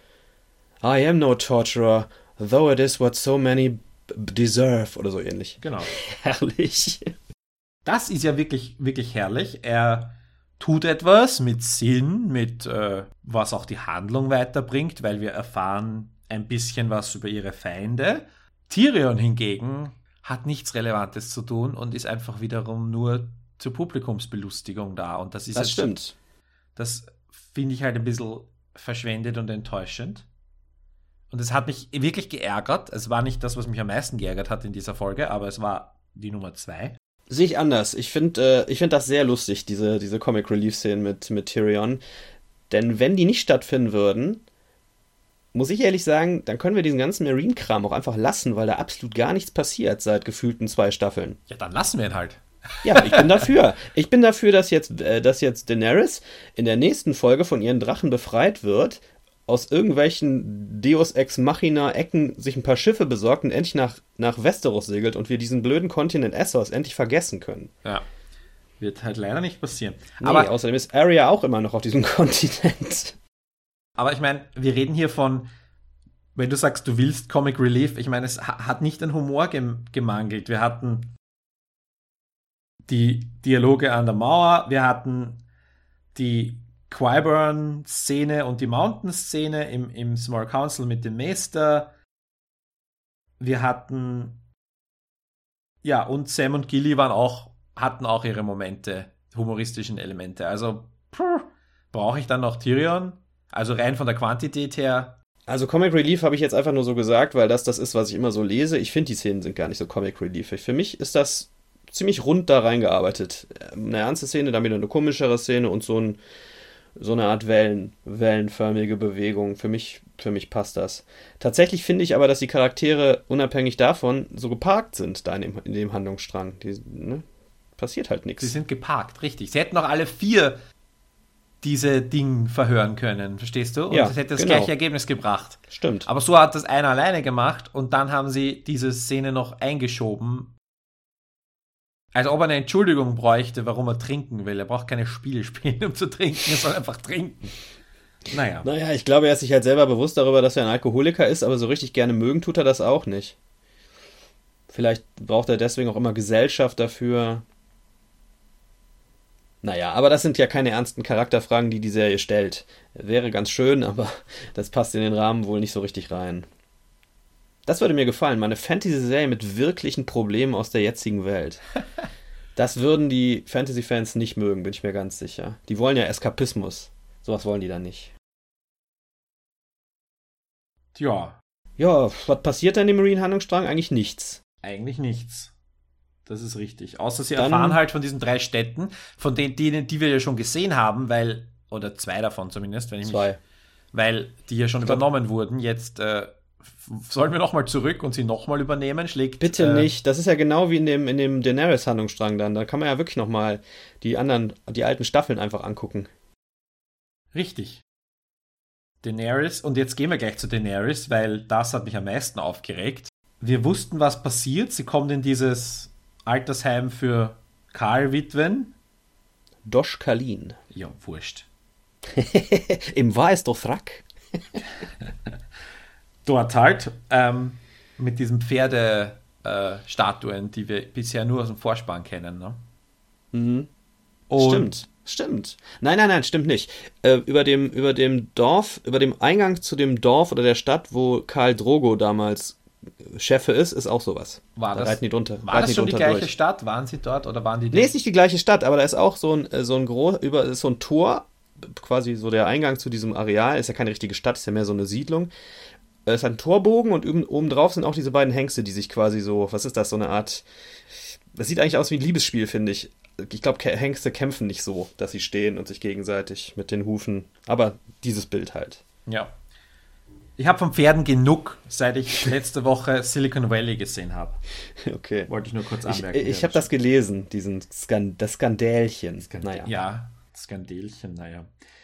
I am no torturer, though it is what so many deserve, oder so ähnlich. Genau. Herrlich. Das ist ja wirklich, wirklich herrlich. Er tut etwas mit Sinn, mit was auch die Handlung weiterbringt, weil wir erfahren ein bisschen was über ihre Feinde. Tyrion hingegen hat nichts Relevantes zu tun und ist einfach wiederum nur zur Publikumsbelustigung da. Und das ist Das stimmt. Das finde ich halt ein bisschen verschwendet und enttäuschend. Und es hat mich wirklich geärgert. Es war nicht das, was mich am meisten geärgert hat in dieser Folge, aber es war die Nummer 2. Sehe ich anders. Ich find das sehr lustig, diese Comic Relief Szenen mit Tyrion. Denn wenn die nicht stattfinden würden, muss ich ehrlich sagen, dann können wir diesen ganzen Marine-Kram auch einfach lassen, weil da absolut gar nichts passiert seit gefühlten 2 Staffeln. Ja, dann lassen wir ihn halt. Ja, ich bin dafür. Ich bin dafür, dass jetzt Daenerys in der nächsten Folge von ihren Drachen befreit wird, aus irgendwelchen Deus Ex Machina Ecken sich ein paar Schiffe besorgt und endlich nach Westeros segelt und wir diesen blöden Kontinent Essos endlich vergessen können. Ja, wird halt leider nicht passieren. Nee, aber außerdem ist Arya auch immer noch auf diesem Kontinent. Aber ich meine, wir reden hier von, wenn du sagst, du willst Comic Relief, ich meine, es hat nicht an Humor gemangelt. Wir hatten die Dialoge an der Mauer, wir hatten die Qyburn-Szene und die Mountain-Szene im Small Council mit dem Maester. Wir hatten, ja, und Sam und Gilly hatten auch ihre Momente, humoristischen Elemente. Also, brauche ich dann noch Tyrion? Also rein von der Quantität her. Also Comic Relief habe ich jetzt einfach nur so gesagt, weil das ist, was ich immer so lese. Ich finde, die Szenen sind gar nicht so Comic Relief. Für mich ist das ziemlich rund da reingearbeitet. Eine ernste Szene, dann wieder eine komischere Szene und so eine Art wellenförmige Bewegung. Für mich passt das. Tatsächlich finde ich aber, dass die Charaktere unabhängig davon so geparkt sind da in dem Handlungsstrang. Passiert halt nichts. Sie sind geparkt, richtig. Sie hätten auch alle 4 diese Dinge verhören können, verstehst du? Und ja, das hätte das genau. gleiche Ergebnis gebracht. Stimmt. Aber so hat das einer alleine gemacht und dann haben sie diese Szene noch eingeschoben. Als ob er eine Entschuldigung bräuchte, warum er trinken will. Er braucht keine Spiele spielen, um zu trinken. Er soll einfach trinken. Naja, ich glaube, er ist sich halt selber bewusst darüber, dass er ein Alkoholiker ist, aber so richtig gerne mögen tut er das auch nicht. Vielleicht braucht er deswegen auch immer Gesellschaft dafür. Naja, aber das sind ja keine ernsten Charakterfragen, die Serie stellt. Wäre ganz schön, aber das passt in den Rahmen wohl nicht so richtig rein. Das würde mir gefallen, mal eine Fantasy-Serie mit wirklichen Problemen aus der jetzigen Welt. Das würden die Fantasy-Fans nicht mögen, bin ich mir ganz sicher. Die wollen ja Eskapismus. Sowas wollen die dann nicht. Tja. Ja, was passiert denn im Marine-Handlungsstrang? Eigentlich nichts. Eigentlich nichts. Das ist richtig. Außer sie erfahren halt von diesen 3 Städten, von denen, die wir ja schon gesehen haben, oder 2 davon zumindest, weil die ja schon übernommen wurden. Jetzt sollen wir nochmal zurück und sie nochmal übernehmen? Bitte nicht. Das ist ja genau wie in dem Daenerys-Handlungsstrang dann. Da kann man ja wirklich nochmal die alten Staffeln einfach angucken. Richtig. Daenerys, und jetzt gehen wir gleich zu Daenerys, weil das hat mich am meisten aufgeregt. Wir wussten, was passiert. Sie kommt in dieses Altersheim für Karl-Witwen. Dosh Kalin. Ja, wurscht. Im Wahrheitsdorfrack. Dort halt, mit diesen Pferdestatuen, die wir bisher nur aus dem Vorspann kennen. Ne? Mhm. Stimmt. Nein, stimmt nicht. Über dem Eingang zu dem Dorf oder der Stadt, wo Khal Drogo damals Chefe ist auch sowas. War das, reiten die drunter, war das schon die gleiche Stadt? Waren sie dort oder waren die? Nee, ist nicht die gleiche Stadt, aber da ist auch so ein Tor, quasi so der Eingang zu diesem Areal. Ist ja keine richtige Stadt, ist ja mehr so eine Siedlung. Es hat einen Torbogen und oben drauf sind auch diese beiden Hengste, die sich quasi so, was ist das, so eine Art, das sieht eigentlich aus wie ein Liebesspiel, finde ich. Ich glaube, Hengste kämpfen nicht so, dass sie stehen und sich gegenseitig mit den Hufen, aber dieses Bild halt. Ja. Ich habe von Pferden genug, seit ich letzte Woche Silicon Valley gesehen habe. Okay. Wollte ich nur kurz anmerken. Ich habe das gelesen, das Skandälchen. Ja, Skandälchen, naja.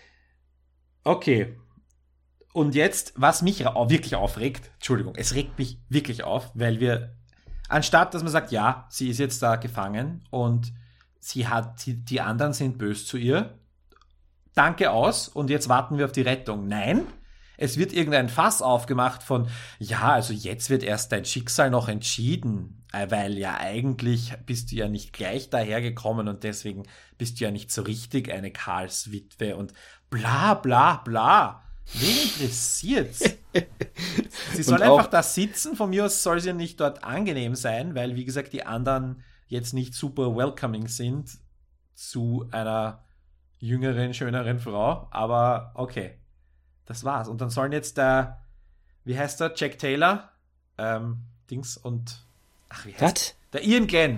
Okay. Und jetzt, was mich wirklich aufregt, Entschuldigung, es regt mich wirklich auf, weil wir, anstatt dass man sagt, ja, sie ist jetzt da gefangen und die anderen sind böse zu ihr, danke aus und jetzt warten wir auf die Rettung. Nein, es wird irgendein Fass aufgemacht von, ja, also jetzt wird erst dein Schicksal noch entschieden, weil ja eigentlich bist du ja nicht gleich dahergekommen und deswegen bist du ja nicht so richtig eine Karlswitwe und bla bla bla. Wen interessiert's? Sie soll einfach da sitzen, von mir aus soll sie nicht dort angenehm sein, weil, wie gesagt, die anderen jetzt nicht super welcoming sind zu einer jüngeren, schöneren Frau, aber okay, das war's. Und dann sollen jetzt wie heißt der, Jack Taylor, Dings und, wie heißt der? Der Ian Glenn.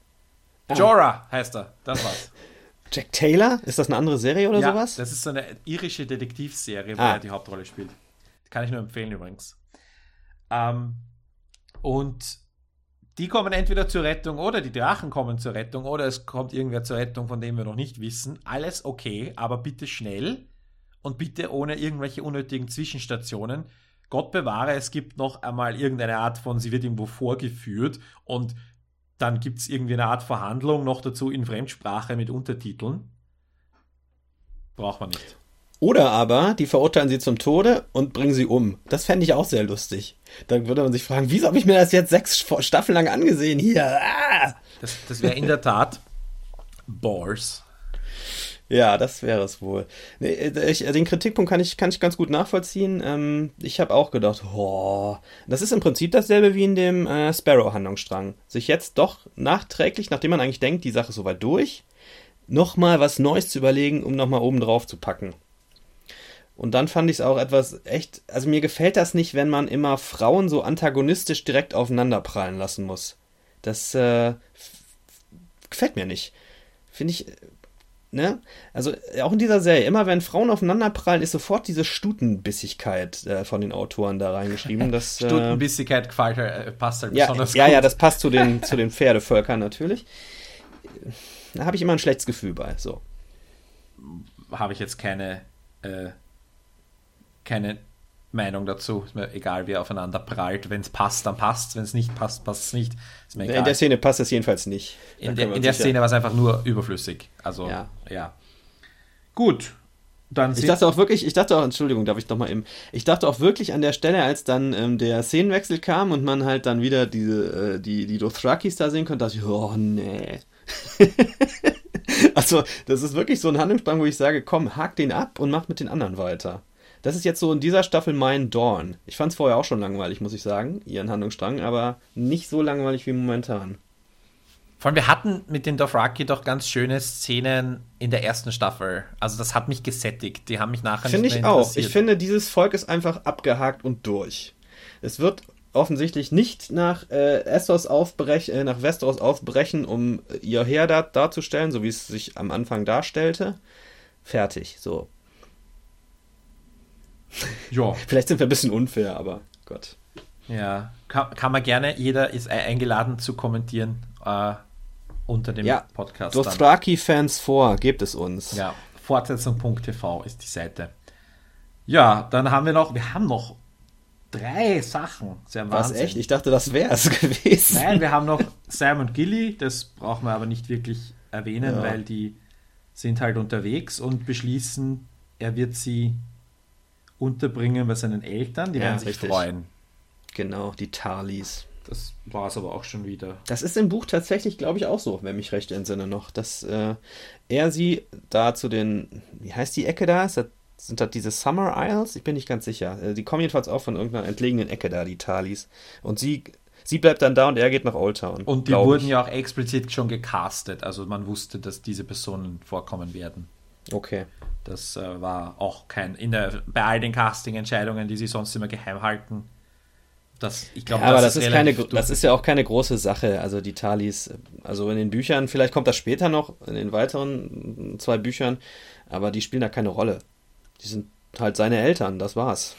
Jorah heißt er, das war's. Jack Taylor? Ist das eine andere Serie oder sowas? Das ist so eine irische Detektivserie, wo er die Hauptrolle spielt. Kann ich nur empfehlen übrigens. Und die kommen entweder zur Rettung oder die Drachen kommen zur Rettung oder es kommt irgendwer zur Rettung, von dem wir noch nicht wissen. Alles okay, aber bitte schnell und bitte ohne irgendwelche unnötigen Zwischenstationen. Gott bewahre, es gibt noch einmal irgendeine Art von, sie wird irgendwo vorgeführt und dann gibt es irgendwie eine Art Verhandlung noch dazu in Fremdsprache mit Untertiteln. Braucht man nicht. Oder aber, die verurteilen sie zum Tode und bringen sie um. Das fände ich auch sehr lustig. Dann würde man sich fragen, wieso habe ich mir das jetzt 6 Staffeln lang angesehen hier? Ah! Das wäre in der Tat Bars. Ja, das wäre es wohl. Nee, den Kritikpunkt kann ich ganz gut nachvollziehen. Ich habe auch gedacht, das ist im Prinzip dasselbe wie in dem Sparrow-Handlungsstrang. Sich jetzt doch nachträglich, nachdem man eigentlich denkt, die Sache ist soweit durch, nochmal was Neues zu überlegen, um nochmal oben drauf zu packen. Und dann fand ich es auch etwas echt, also mir gefällt das nicht, wenn man immer Frauen so antagonistisch direkt aufeinander prallen lassen muss. Das gefällt mir nicht. Finde ich... Ne? Also auch in dieser Serie, immer wenn Frauen aufeinanderprallen, ist sofort diese Stutenbissigkeit von den Autoren da reingeschrieben. Stutenbissigkeit passt halt besonders gut. Ja, das passt zu den Pferdevölkern natürlich. Da habe ich immer ein schlechtes Gefühl bei. So. Habe ich jetzt keine Meinung dazu. Ist mir egal, wer aufeinander prallt. Wenn es passt, dann passt es. Wenn es nicht passt, passt es nicht. Ist mir egal. In der Szene passt es jedenfalls nicht. In der Szene war es einfach nur überflüssig. Also, ja. Gut. Dann ich dachte auch, Entschuldigung, darf ich doch mal eben. Ich dachte auch wirklich an der Stelle, als dann der Szenenwechsel kam und man halt dann wieder die Dothrakis da sehen konnte, dachte ich, oh nee. Also, das ist wirklich so ein Handlungsstrang, wo ich sage, komm, hakt den ab und macht mit den anderen weiter. Das ist jetzt so in dieser Staffel mein Dorn. Ich fand es vorher auch schon langweilig, muss ich sagen, ihren Handlungsstrang, aber nicht so langweilig wie momentan. Vor allem, wir hatten mit den Dothraki doch ganz schöne Szenen in der ersten Staffel. Also das hat mich gesättigt. Die haben mich nachher nicht mehr interessiert. Finde ich auch. Ich finde, dieses Volk ist einfach abgehakt und durch. Es wird offensichtlich nicht nach Westeros aufbrechen, um ihr Heer darzustellen, so wie es sich am Anfang darstellte. Fertig, so. Ja. Vielleicht sind wir ein bisschen unfair, aber Gott. Ja, kann man gerne, jeder ist eingeladen zu kommentieren unter dem Podcast. Dothraki-Fans vor, gebt es uns. Ja, Fortsetzung.tv ist die Seite. Ja, dann haben wir noch 3 Sachen. Sehr Wahnsinn. Was, echt? Ich dachte, das wäre es gewesen. Nein, wir haben noch Sam und Gilly, das brauchen wir aber nicht wirklich erwähnen, weil die sind halt unterwegs und beschließen, er wird sie unterbringen bei seinen Eltern, die werden sich freuen. Genau, die Tarlys. Das war es aber auch schon wieder. Das ist im Buch tatsächlich, glaube ich, auch so, wenn mich recht entsinne noch, dass er sie da zu den, wie heißt die Ecke da? Sind das diese Summer Isles? Ich bin nicht ganz sicher. Die kommen jedenfalls auch von irgendeiner entlegenen Ecke da, die Tarlys. Und sie bleibt dann da und er geht nach Old Town. Und die wurden ja auch explizit schon gecastet. Also man wusste, dass diese Personen vorkommen werden. Okay. Das war auch bei all den Casting-Entscheidungen, die sie sonst immer geheim halten. Ich glaube, aber das ist ja auch keine große Sache. Also die Tarlys, also in den Büchern, vielleicht kommt das später noch, in den weiteren 2 Büchern, aber die spielen da keine Rolle. Die sind halt seine Eltern, das war's.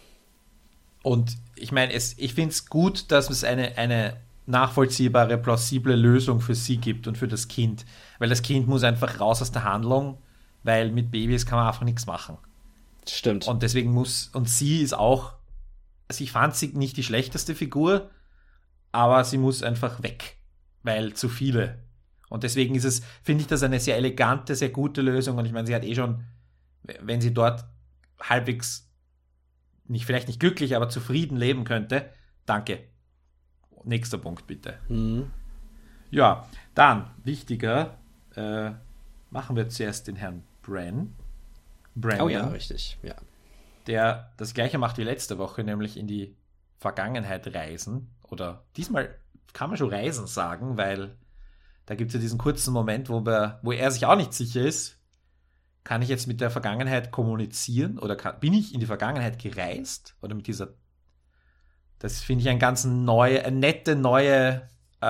Und ich meine, ich finde es gut, dass es eine nachvollziehbare, plausible Lösung für sie gibt und für das Kind. Weil das Kind muss einfach raus aus der Handlung, weil mit Babys kann man einfach nichts machen. Stimmt. Und deswegen sie ist auch, also ich fand sie nicht die schlechteste Figur, aber sie muss einfach weg, weil zu viele. Und deswegen finde ich das eine sehr elegante, sehr gute Lösung. Und ich meine, sie hat schon, wenn sie dort halbwegs vielleicht nicht glücklich, aber zufrieden leben könnte, danke. Nächster Punkt, bitte. Mhm. Ja, dann, wichtiger, machen wir zuerst den Herrn Bran. Oh ja, richtig, ja. Der das gleiche macht wie letzte Woche, nämlich in die Vergangenheit reisen. Oder diesmal kann man schon reisen sagen, weil da gibt es ja diesen kurzen Moment, wo er sich auch nicht sicher ist, kann ich jetzt mit der Vergangenheit kommunizieren oder bin ich in die Vergangenheit gereist? Oder mit dieser, das finde ich eine nette neue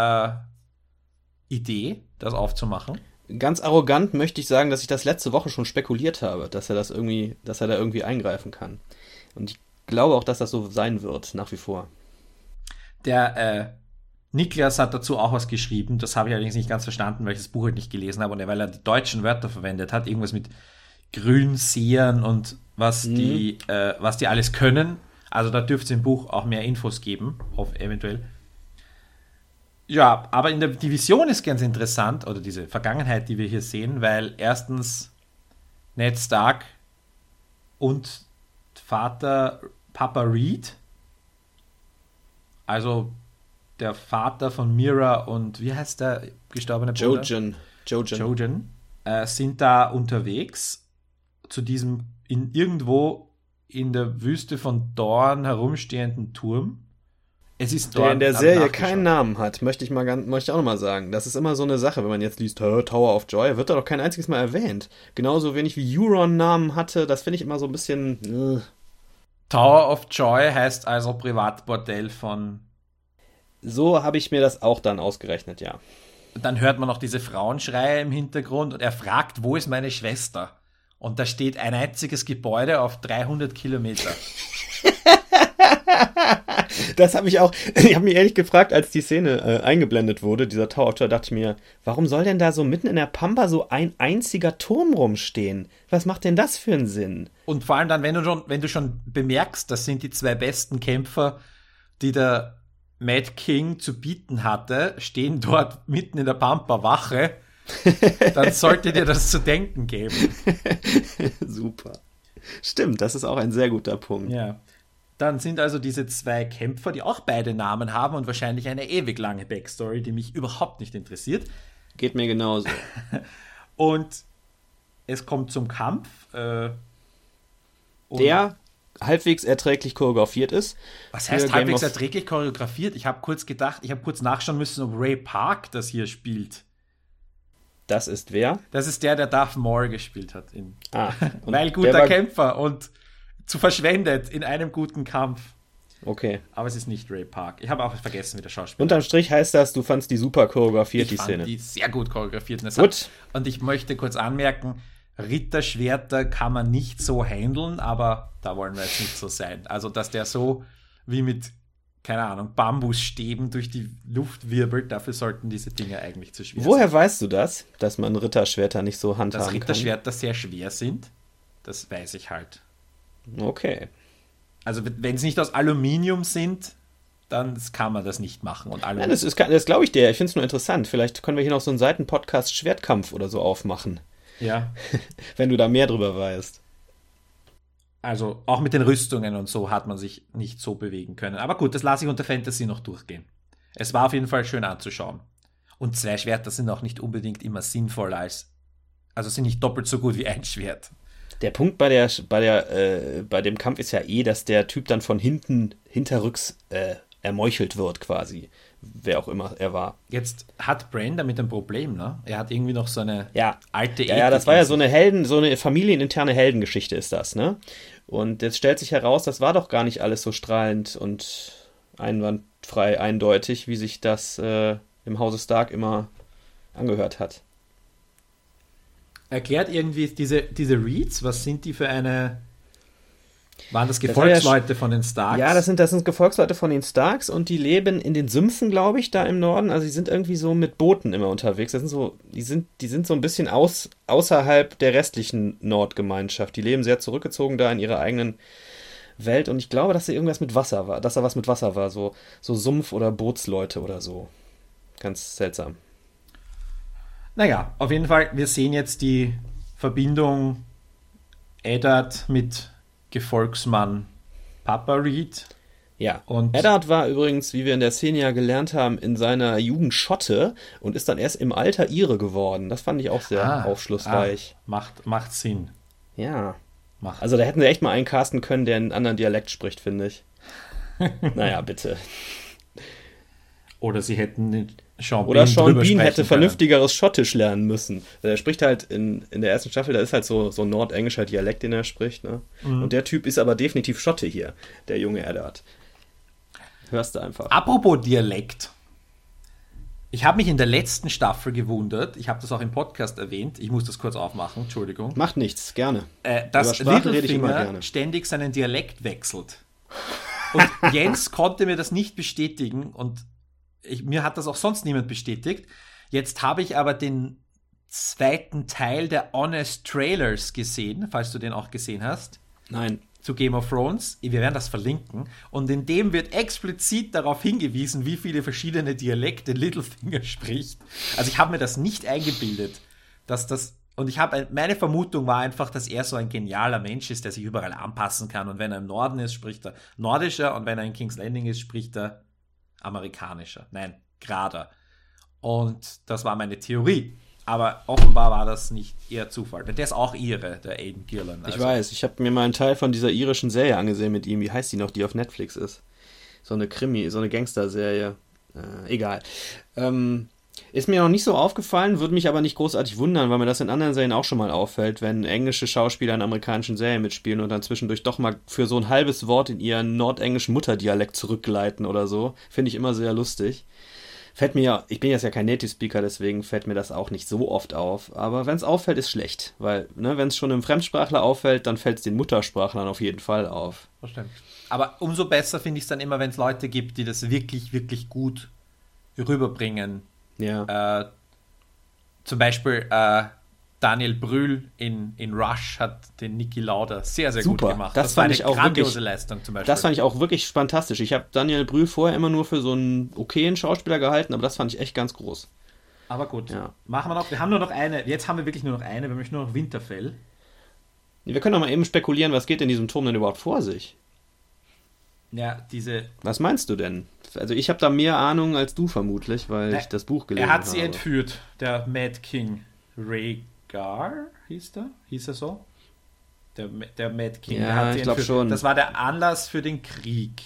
Idee, das aufzumachen. Ganz arrogant möchte ich sagen, dass ich das letzte Woche schon spekuliert habe, dass er da irgendwie eingreifen kann. Und ich glaube auch, dass das so sein wird, nach wie vor. Der Niklas hat dazu auch was geschrieben, das habe ich allerdings nicht ganz verstanden, weil ich das Buch halt nicht gelesen habe und weil er die deutschen Wörter verwendet hat, irgendwas mit Grünseern und was die alles können. Also da dürfte es im Buch auch mehr Infos geben, eventuell. Ja, aber in der Division ist ganz interessant, oder diese Vergangenheit, die wir hier sehen, weil erstens Ned Stark und Papa Reed, also der Vater von Mira und wie heißt der gestorbene Bruder? Jojen. Sind da unterwegs zu diesem irgendwo in der Wüste von Dorn herumstehenden Turm. Es ist der in der Serie keinen Namen hat, möchte ich auch nochmal sagen. Das ist immer so eine Sache, wenn man jetzt liest, Tower of Joy, wird da doch kein einziges Mal erwähnt. Genauso wenig wie Euron Namen hatte, das finde ich immer so ein bisschen... Tower of Joy heißt also Privatbordell von... So habe ich mir das auch dann ausgerechnet, ja. Dann hört man noch diese Frauenschreie im Hintergrund und er fragt, wo ist meine Schwester? Und da steht ein einziges Gebäude auf 300 Kilometer. Das habe ich auch, ich habe mich ehrlich gefragt, als die Szene eingeblendet wurde, dieser Tower of Joy, dachte ich mir, warum soll denn da so mitten in der Pampa so ein einziger Turm rumstehen? Was macht denn das für einen Sinn? Und vor allem dann, wenn du schon bemerkst, das sind die 2 besten Kämpfer, die der Mad King zu bieten hatte, stehen dort mitten in der Pampa Wache, dann sollte dir das zu denken geben. Super. Stimmt, das ist auch ein sehr guter Punkt. Ja. Dann sind also diese 2 Kämpfer, die auch beide Namen haben und wahrscheinlich eine ewig lange Backstory, die mich überhaupt nicht interessiert. Geht mir genauso. Und es kommt zum Kampf. Der halbwegs erträglich choreografiert ist. Was heißt halbwegs erträglich choreografiert? Ich habe kurz nachschauen müssen, ob Ray Park das hier spielt. Das ist wer? Das ist der Darth Maul gespielt hat. Weil guter Kämpfer und zu verschwendet in einem guten Kampf. Okay. Aber es ist nicht Ray Park. Ich habe auch vergessen, wie der Schauspieler. Unterm Strich heißt das, du fandst die super choreografiert, die Szene. Ich fand die sehr gut choreografiert. Gut. Und ich möchte kurz anmerken, Ritterschwerter kann man nicht so handeln, aber da wollen wir jetzt nicht so sein. Also, dass der so wie mit, keine Ahnung, Bambusstäben durch die Luft wirbelt, dafür sollten diese Dinge eigentlich zu schwer sein. Woher weißt du das, dass man Ritterschwerter nicht so handhaben Dass kann? Dass Ritterschwerter sehr schwer sind, das weiß ich halt. Okay. Also, wenn sie nicht aus Aluminium sind, dann kann man das nicht machen. Und Nein, das glaube ich dir. Ich finde es nur interessant. Vielleicht können wir hier noch so einen Seitenpodcast Schwertkampf oder so aufmachen. Ja. Wenn du da mehr drüber weißt. Also auch mit den Rüstungen und so hat man sich nicht so bewegen können. Aber gut, das lasse ich unter Fantasy noch durchgehen. Es war auf jeden Fall schön anzuschauen. Und 2 Schwerter sind auch nicht unbedingt immer sinnvoller also sind nicht doppelt so gut wie ein Schwert. Der Punkt bei dem Kampf ist ja dass der Typ dann von hinterrücks ermeuchelt wird quasi. Wer auch immer er war. Jetzt hat Bran damit ein Problem, ne? Er hat irgendwie noch so eine alte Ethik. Ja, das war ja so eine familieninterne Heldengeschichte ist das, ne? Und jetzt stellt sich heraus, das war doch gar nicht alles so strahlend und einwandfrei eindeutig, wie sich das im Hause Stark immer angehört hat. Erklärt irgendwie diese Reeds, was sind die für eine... Waren das Gefolgsleute von den Starks? Ja, das sind Gefolgsleute von den Starks und die leben in den Sümpfen, glaube ich, da im Norden. Also die sind irgendwie so mit Booten immer unterwegs. Die sind so ein bisschen außerhalb der restlichen Nordgemeinschaft. Die leben sehr zurückgezogen da in ihrer eigenen Welt und ich glaube, dass da irgendwas mit Wasser war, dass da was mit Wasser war, so Sumpf- oder Bootsleute oder so. Ganz seltsam. Naja, auf jeden Fall, wir sehen jetzt die Verbindung Eddard mit Gefolgsmann Papa Reed. Ja, und Eddard war übrigens, wie wir in der Szene ja gelernt haben, in seiner Jugend Schotte und ist dann erst im Alter Ire geworden. Das fand ich auch sehr aufschlussreich. Macht Sinn. Ja. Also da hätten sie echt mal einen casten können, der einen anderen Dialekt spricht, finde ich. Naja, bitte. Oder sie hätten Sean Bean hätte vernünftigeres Schottisch lernen müssen. Er spricht halt in der ersten Staffel, da ist halt so ein nordenglischer Dialekt, den er spricht. Ne? Mhm. Und der Typ ist aber definitiv Schotte hier, der junge Eddard. Hörst du einfach. Apropos Dialekt. Ich habe mich in der letzten Staffel gewundert, ich habe das auch im Podcast erwähnt, ich muss das kurz aufmachen, Entschuldigung. Macht nichts, gerne. Dass Littlefinger ständig seinen Dialekt wechselt. Und Jens konnte mir das nicht bestätigen und mir hat das auch sonst niemand bestätigt. Jetzt habe ich aber den 2. Teil der Honest Trailers gesehen, falls du den auch gesehen hast. Nein. Zu Game of Thrones. Wir werden das verlinken. Und in dem wird explizit darauf hingewiesen, wie viele verschiedene Dialekte Littlefinger spricht. Also ich habe mir das nicht eingebildet, dass das... Und meine Vermutung war einfach, dass er so ein genialer Mensch ist, der sich überall anpassen kann. Und wenn er im Norden ist, spricht er Nordischer. Und wenn er in King's Landing ist, spricht er amerikanischer. Nein, gerader. Und das war meine Theorie. Aber offenbar war das nicht eher Zufall. Der ist auch Ire, der Aidan Gillen. Also. Ich weiß, ich habe mir mal einen Teil von dieser irischen Serie angesehen mit ihm. Wie heißt die noch, die auf Netflix ist? So eine Krimi, so eine Gangster-Serie. Egal. Ist mir noch nicht so aufgefallen, würde mich aber nicht großartig wundern, weil mir das in anderen Serien auch schon mal auffällt, wenn englische Schauspieler in amerikanischen Serien mitspielen und dann zwischendurch doch mal für so ein halbes Wort in ihren nordenglischen Mutterdialekt zurückgleiten oder so. Finde ich immer sehr lustig. Ich bin jetzt ja kein Native Speaker, deswegen fällt mir das auch nicht so oft auf. Aber wenn es auffällt, ist schlecht. Weil, wenn es schon einem Fremdsprachler auffällt, dann fällt es den Muttersprachlern auf jeden Fall auf. Verständlich. Aber umso besser finde ich es dann immer, wenn es Leute gibt, die das wirklich, wirklich gut rüberbringen. Ja. Zum Beispiel Daniel Brühl in Rush hat den Niki Lauda sehr, sehr super gut gemacht. Das fand ich auch grandiose wirklich, Leistung zum Beispiel. Das fand ich auch wirklich fantastisch. Ich habe Daniel Brühl vorher immer nur für so einen okayen Schauspieler gehalten, aber das fand ich echt ganz groß. Aber gut, machen wir noch. Wir haben nur noch eine. Jetzt haben wir wirklich nur noch eine. Wir möchten nur noch Winterfell. Wir können doch mal eben spekulieren, was geht in diesem Turm denn überhaupt vor sich? Ja, Was meinst du denn? Also ich habe da mehr Ahnung als du vermutlich, weil ich das Buch gelesen habe. Er hat sie entführt, der Mad King. Rhaegar hieß er so? Der Mad King. Ja, ich glaube schon. Das war der Anlass für den Krieg.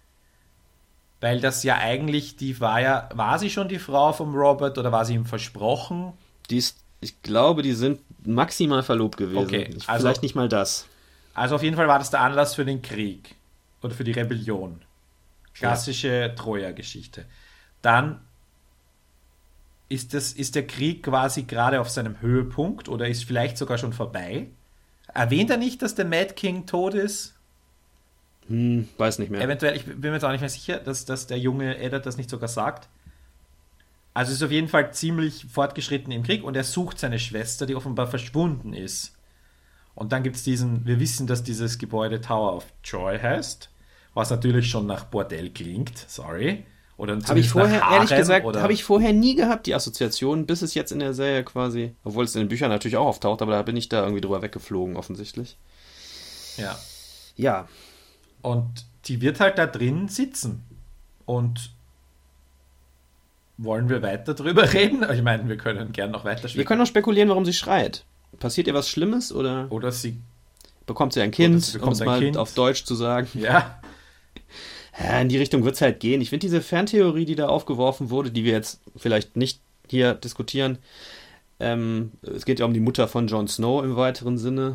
Weil das ja eigentlich, war sie schon die Frau vom Robert oder war sie ihm versprochen? Ich glaube, die sind maximal verlobt gewesen. Okay, vielleicht nicht mal das. Also auf jeden Fall war das der Anlass für den Krieg. Oder für die Rebellion. Klassische Troja-Geschichte. Dann ist der Krieg quasi gerade auf seinem Höhepunkt oder ist vielleicht sogar schon vorbei. Erwähnt er nicht, dass der Mad King tot ist? Weiß nicht mehr. Eventuell, ich bin mir jetzt auch nicht mehr sicher, dass der junge Eddard das nicht sogar sagt. Also ist auf jeden Fall ziemlich fortgeschritten im Krieg und er sucht seine Schwester, die offenbar verschwunden ist. Und dann gibt es wir wissen, dass dieses Gebäude Tower of Joy heißt, was natürlich schon nach Bordell klingt, sorry. Oder habe ich vorher, ehrlich gesagt, oder habe ich vorher nie gehabt, die Assoziation, bis es jetzt in der Serie quasi, obwohl es in den Büchern natürlich auch auftaucht, aber da bin ich da irgendwie drüber weggeflogen, offensichtlich. Ja. Ja. Und die wird halt da drin sitzen. Und wollen wir weiter drüber reden? Ich meine, wir können gern noch weiter Wir können noch spekulieren, warum sie schreit. Passiert ihr was Schlimmes oder bekommt sie ein Kind, um es mal auf Deutsch zu sagen? Ja. Ja, in die Richtung wird es halt gehen. Ich finde diese Ferntheorie, die da aufgeworfen wurde, die wir jetzt vielleicht nicht hier diskutieren, es geht ja um die Mutter von Jon Snow im weiteren Sinne.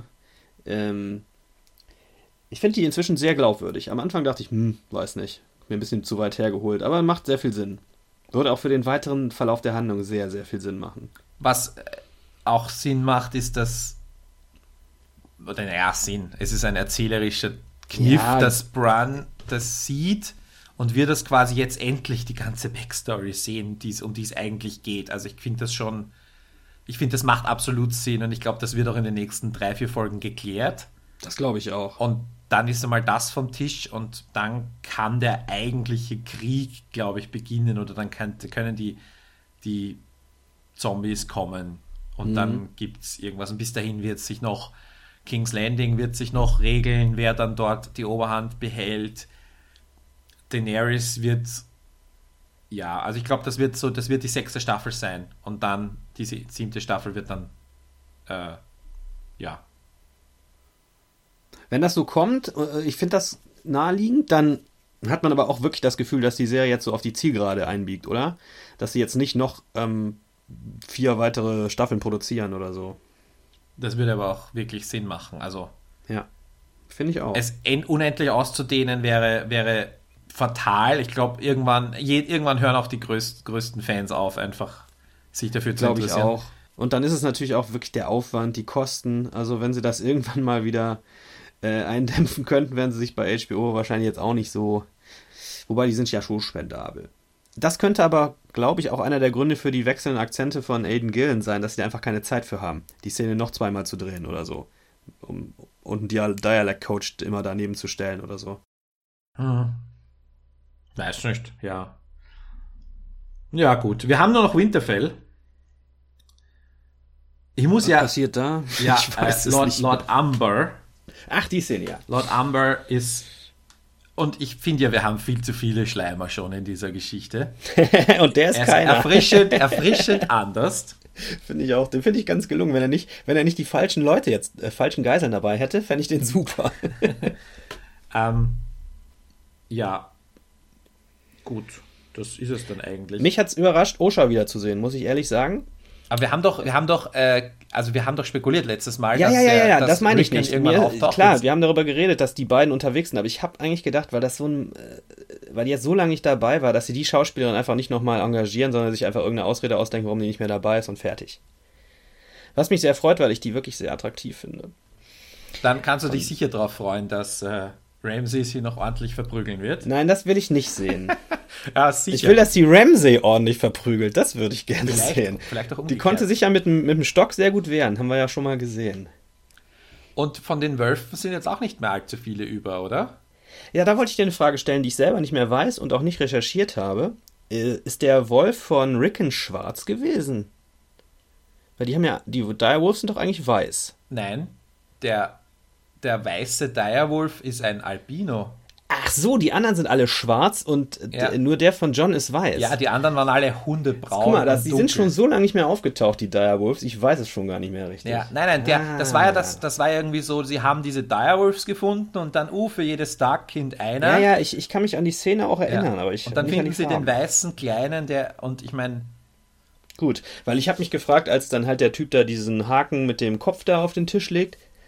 Ich finde die inzwischen sehr glaubwürdig. Am Anfang dachte ich, weiß nicht, mir ein bisschen zu weit hergeholt, aber macht sehr viel Sinn. Würde auch für den weiteren Verlauf der Handlung sehr, sehr viel Sinn machen. Was auch Sinn macht, ist es ist ein erzählerischer Kniff, dass Bran das sieht und wir das quasi jetzt endlich die ganze Backstory sehen, um die es eigentlich geht. Also ich finde das macht absolut Sinn und ich glaube, das wird auch in den nächsten 3-4 Folgen geklärt. Das glaube ich auch. Und dann ist einmal das vom Tisch und dann kann der eigentliche Krieg, glaube ich, beginnen oder dann können die Zombies kommen und dann gibt es irgendwas und bis dahin wird sich noch King's Landing wird sich noch regeln, wer dann dort die Oberhand behält. Daenerys also ich glaube, das wird die 6. Staffel sein und dann die 7. Staffel wird dann Wenn das so kommt, ich finde das naheliegend, dann hat man aber auch wirklich das Gefühl, dass die Serie jetzt so auf die Zielgerade einbiegt, oder? Dass sie jetzt nicht noch 4 weitere Staffeln produzieren oder so. Das würde aber auch wirklich Sinn machen. Also ja, finde ich auch. Es unendlich auszudehnen wäre fatal. Ich glaube, irgendwann hören auch die größten Fans auf, einfach sich dafür zu interessieren. Glaube ich auch. Und dann ist es natürlich auch wirklich der Aufwand, die Kosten. Also wenn sie das irgendwann mal wieder eindämpfen könnten, wären sie sich bei HBO wahrscheinlich jetzt auch nicht so... Wobei, die sind ja schon spendabel. Das könnte aber, glaube ich, auch einer der Gründe für die wechselnden Akzente von Aidan Gillen sein, dass sie einfach keine Zeit für haben, die Szene noch zweimal zu drehen oder so. Und einen Dialect-Coach immer daneben zu stellen oder so. Weiß nicht, ja. Ja, gut. Wir haben nur noch Winterfell. Was passiert da? Ja, ich weiß es nicht. Lord Umber. Ach, die Szene, ja. Lord Umber ist... Und ich finde ja, wir haben viel zu viele Schleimer schon in dieser Geschichte. Und der ist keiner. Erfrischend anders. Finde ich auch. Den finde ich ganz gelungen. Wenn er nicht die falschen Leute jetzt, falschen Geiseln dabei hätte, fände ich den super. Ja. Gut. Das ist es dann eigentlich. Mich hat es überrascht, Osha wiederzusehen, muss ich ehrlich sagen. Aber wir haben doch spekuliert letztes Mal, dass das meine ich nicht. Klar, wir haben darüber geredet, dass die beiden unterwegs sind, aber ich habe eigentlich gedacht, weil die jetzt so lange nicht dabei war, dass sie die Schauspielerin einfach nicht nochmal engagieren, sondern sich einfach irgendeine Ausrede ausdenken, warum die nicht mehr dabei ist und fertig. Was mich sehr freut, weil ich die wirklich sehr attraktiv finde. Dann kannst du dich sicher darauf freuen, dass Ramsay sie noch ordentlich verprügeln wird. Nein, das will ich nicht sehen. Ja, sicher. Ich will, dass die Ramsay ordentlich verprügelt. Das würde ich gerne sehen. Vielleicht auch umgekehrt. Die konnte sich ja mit dem Stock sehr gut wehren. Haben wir ja schon mal gesehen. Und von den Wölfen sind jetzt auch nicht mehr allzu viele über, oder? Ja, da wollte ich dir eine Frage stellen, die ich selber nicht mehr weiß und auch nicht recherchiert habe. Ist der Wolf von Rickon schwarz gewesen? Weil die Direwolves sind doch eigentlich weiß. Nein, der weiße Direwolf ist ein Albino. Ach so, die anderen sind alle schwarz und nur der von John ist weiß. Ja, die anderen waren alle hundebraun. Guck mal, die sind schon so lange nicht mehr aufgetaucht, die Direwolves. Ich weiß es schon gar nicht mehr richtig. Ja, nein, das war ja irgendwie so, sie haben diese Direwolves gefunden und dann, für jedes Stark-Kind einer. Ja, ich kann mich an die Szene auch erinnern, aber ich und dann finden sie den weißen Kleinen, und ich meine... Gut, weil ich habe mich gefragt, als dann halt der Typ da diesen Haken mit dem Kopf da auf den Tisch legt,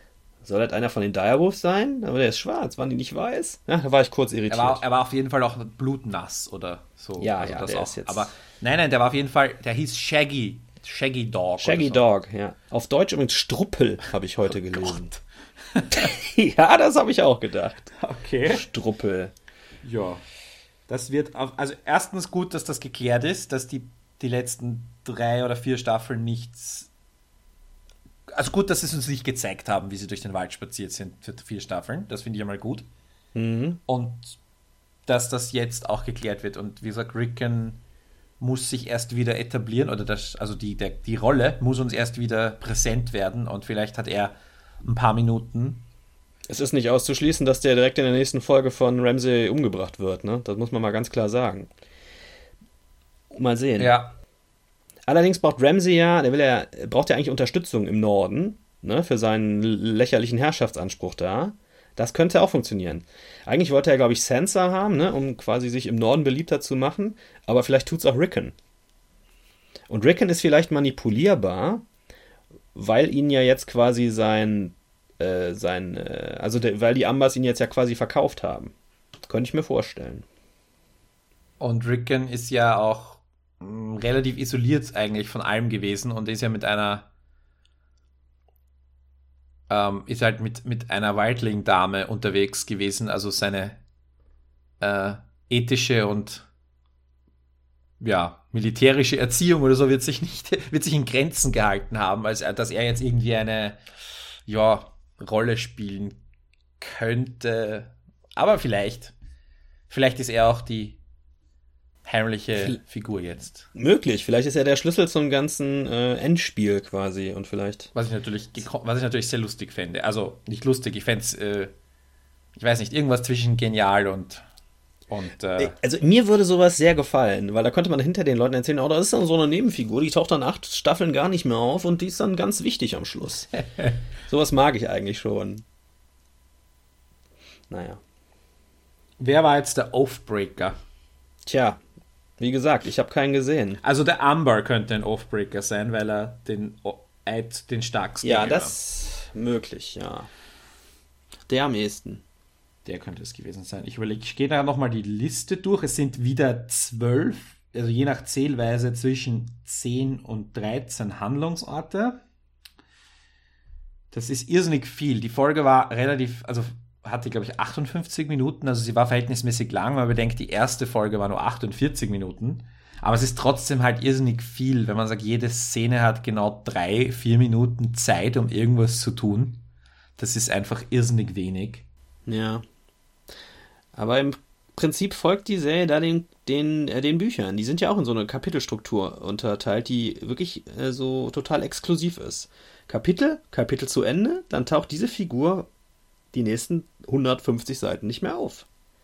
Soll das einer von den Direwolves sein? Aber der ist schwarz, waren die nicht weiß? Ja, da war ich kurz irritiert. Er war auf jeden Fall auch blutnass oder so. Ja, also ja, das der auch. ist jetzt... Aber nein, der war auf jeden Fall, der hieß Shaggy Dog. Shaggy so. Dog, ja. Auf Deutsch übrigens Struppel, habe ich heute gelesen. Ja, das habe ich auch gedacht. Okay. Struppel. Ja. Das wird, also erstens gut, dass das geklärt ist, dass die letzten 3 oder 4 Staffeln nichts, also gut, dass sie es uns nicht gezeigt haben, wie sie durch den Wald spaziert sind für 4 Staffeln. Das finde ich einmal gut. Mhm. Und dass das jetzt auch geklärt wird. Und wie gesagt, Rickon muss sich erst wieder etablieren oder die Rolle muss uns erst wieder präsent werden und vielleicht hat er ein paar Minuten. Es ist nicht auszuschließen, dass der direkt in der nächsten Folge von Ramsay umgebracht wird, ne? Das muss man mal ganz klar sagen. Mal sehen. Ja. Allerdings braucht Ramsay braucht ja eigentlich Unterstützung im Norden, ne, für seinen lächerlichen Herrschaftsanspruch da. Das könnte auch funktionieren. Eigentlich wollte er, glaube ich, Sansa haben, ne, um quasi sich im Norden beliebter zu machen, aber vielleicht tut's auch Rickon. Und Rickon ist vielleicht manipulierbar, weil ihn ja jetzt quasi weil die Ambers ihn jetzt ja quasi verkauft haben. Könnte ich mir vorstellen. Und Rickon ist ja auch relativ isoliert eigentlich von allem gewesen und ist ja mit einer mit einer Wildling-Dame unterwegs gewesen, also seine ethische und militärische Erziehung oder so wird sich in Grenzen gehalten haben, als dass er jetzt irgendwie eine Rolle spielen könnte. Aber vielleicht ist er auch die heimliche Figur jetzt. Möglich, vielleicht ist er der Schlüssel zum ganzen Endspiel quasi und vielleicht... Was ich natürlich sehr lustig fände. Also nicht lustig, ich fände es, ich weiß nicht, irgendwas zwischen genial und also mir würde sowas sehr gefallen, weil da könnte man hinter den Leuten erzählen, das ist dann so eine Nebenfigur, die taucht dann 8 Staffeln gar nicht mehr auf und die ist dann ganz wichtig am Schluss. Sowas mag ich eigentlich schon. Naja. Wer war jetzt der Oathbreaker? Tja, wie gesagt, ich habe keinen gesehen. Also der Amber könnte ein Oathbreaker sein, weil er den stärksten... Ja, das ist möglich, ja. Der am ehesten. Der könnte es gewesen sein. Ich gehe da nochmal die Liste durch. Es sind wieder 12, also je nach Zählweise zwischen 10 und 13 Handlungsorte. Das ist irrsinnig viel. Die Folge war hatte, glaube ich, 58 Minuten. Also sie war verhältnismäßig lang, weil man bedenkt, die erste Folge war nur 48 Minuten. Aber es ist trotzdem halt irrsinnig viel, wenn man sagt, jede Szene hat genau 3-4 Minuten Zeit, um irgendwas zu tun. Das ist einfach irrsinnig wenig. Ja. Aber im Prinzip folgt die Serie da den Büchern. Die sind ja auch in so eine Kapitelstruktur unterteilt, die wirklich so total exklusiv ist. Kapitel zu Ende, dann taucht diese Figur die nächsten 150 Seiten nicht mehr auf.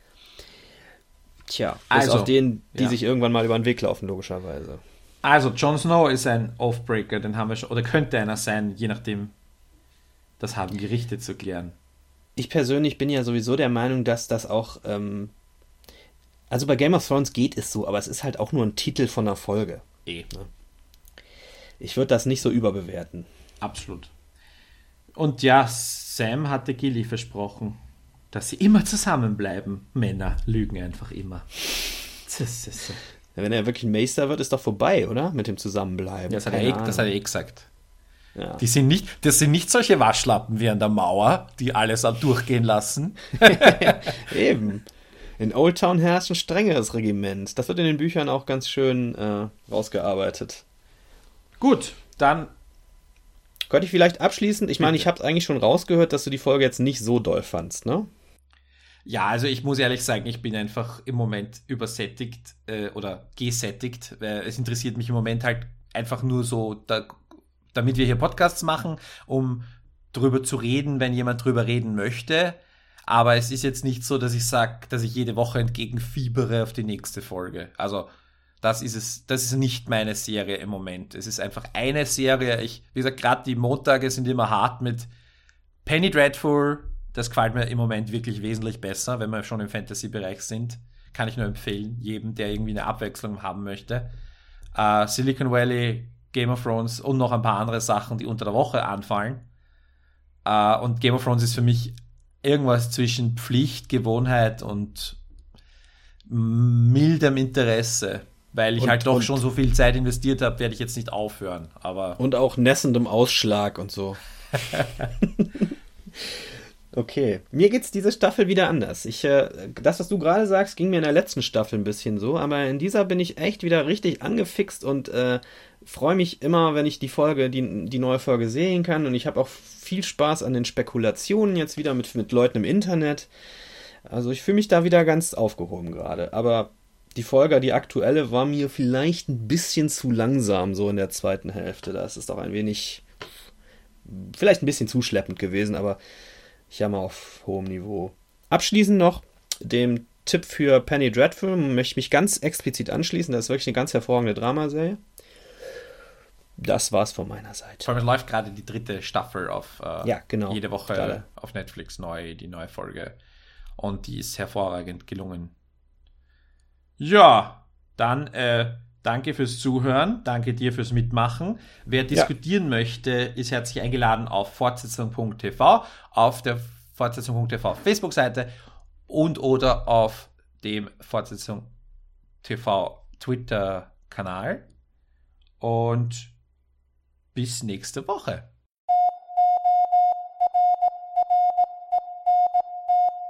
Tja, bis auf denen, die sich irgendwann mal über den Weg laufen, logischerweise. Also, Jon Snow ist ein Oathbreaker, den haben wir schon, oder könnte einer sein, je nachdem, das haben Gerichte zu klären. Ich persönlich bin ja sowieso der Meinung, dass das auch, also bei Game of Thrones geht es so, aber es ist halt auch nur ein Titel von einer Folge. Ne? Ich würde das nicht so überbewerten. Absolut. Und ja, Sam hatte Gilly versprochen, dass sie immer zusammenbleiben. Männer lügen einfach immer. Wenn er wirklich ein Meister wird, ist doch vorbei, oder? Mit dem Zusammenbleiben. Das hat er gesagt. Ja. Das sind nicht solche Waschlappen wie an der Mauer, die alles durchgehen lassen. Eben. In Old Town herrscht ein strengeres Regiment. Das wird in den Büchern auch ganz schön rausgearbeitet. Gut, dann könnte ich vielleicht abschließend, ich meine, ich habe es eigentlich schon rausgehört, dass du die Folge jetzt nicht so doll fandst, ne? Ja, also ich muss ehrlich sagen, ich bin einfach im Moment übersättigt oder gesättigt. Es interessiert mich im Moment halt einfach nur so, damit wir hier Podcasts machen, um drüber zu reden, wenn jemand drüber reden möchte. Aber es ist jetzt nicht so, dass ich sage, dass ich jede Woche entgegenfiebere auf die nächste Folge. Also das ist nicht meine Serie im Moment. Es ist einfach eine Serie. Wie gesagt, gerade die Montage sind immer hart mit Penny Dreadful. Das gefällt mir im Moment wirklich wesentlich besser, wenn wir schon im Fantasy-Bereich sind. Kann ich nur empfehlen, jedem, der irgendwie eine Abwechslung haben möchte. Silicon Valley, Game of Thrones und noch ein paar andere Sachen, die unter der Woche anfallen. Und Game of Thrones ist für mich irgendwas zwischen Pflicht, Gewohnheit und mildem Interesse. Weil ich halt doch schon so viel Zeit investiert habe, werde ich jetzt nicht aufhören. Und auch nässendem Ausschlag und so. Okay, mir geht's diese Staffel wieder anders. Das, was du gerade sagst, ging mir in der letzten Staffel ein bisschen so, aber in dieser bin ich echt wieder richtig angefixt und freue mich immer, wenn ich die neue Folge sehen kann, und ich habe auch viel Spaß an den Spekulationen jetzt wieder mit Leuten im Internet. Also ich fühle mich da wieder ganz aufgehoben gerade, aber die Folge, die aktuelle, war mir vielleicht ein bisschen zu langsam, so in der zweiten Hälfte. Das ist auch vielleicht ein bisschen zu schleppend gewesen, aber ich jammer auf hohem Niveau. Abschließend noch dem Tipp für Penny Dreadful möchte ich mich ganz explizit anschließen. Das ist wirklich eine ganz hervorragende Dramaserie. Das war's von meiner Seite. Vor allem läuft gerade die 3. Staffel auf genau, jede Woche gerade auf Netflix die neue Folge. Und die ist hervorragend gelungen. Ja, dann danke fürs Zuhören, danke dir fürs Mitmachen. Wer diskutieren möchte, ist herzlich eingeladen auf fortsetzung.tv, auf der fortsetzung.tv Facebook-Seite und oder auf dem Fortsetzung.tv Twitter-Kanal. Und bis nächste Woche.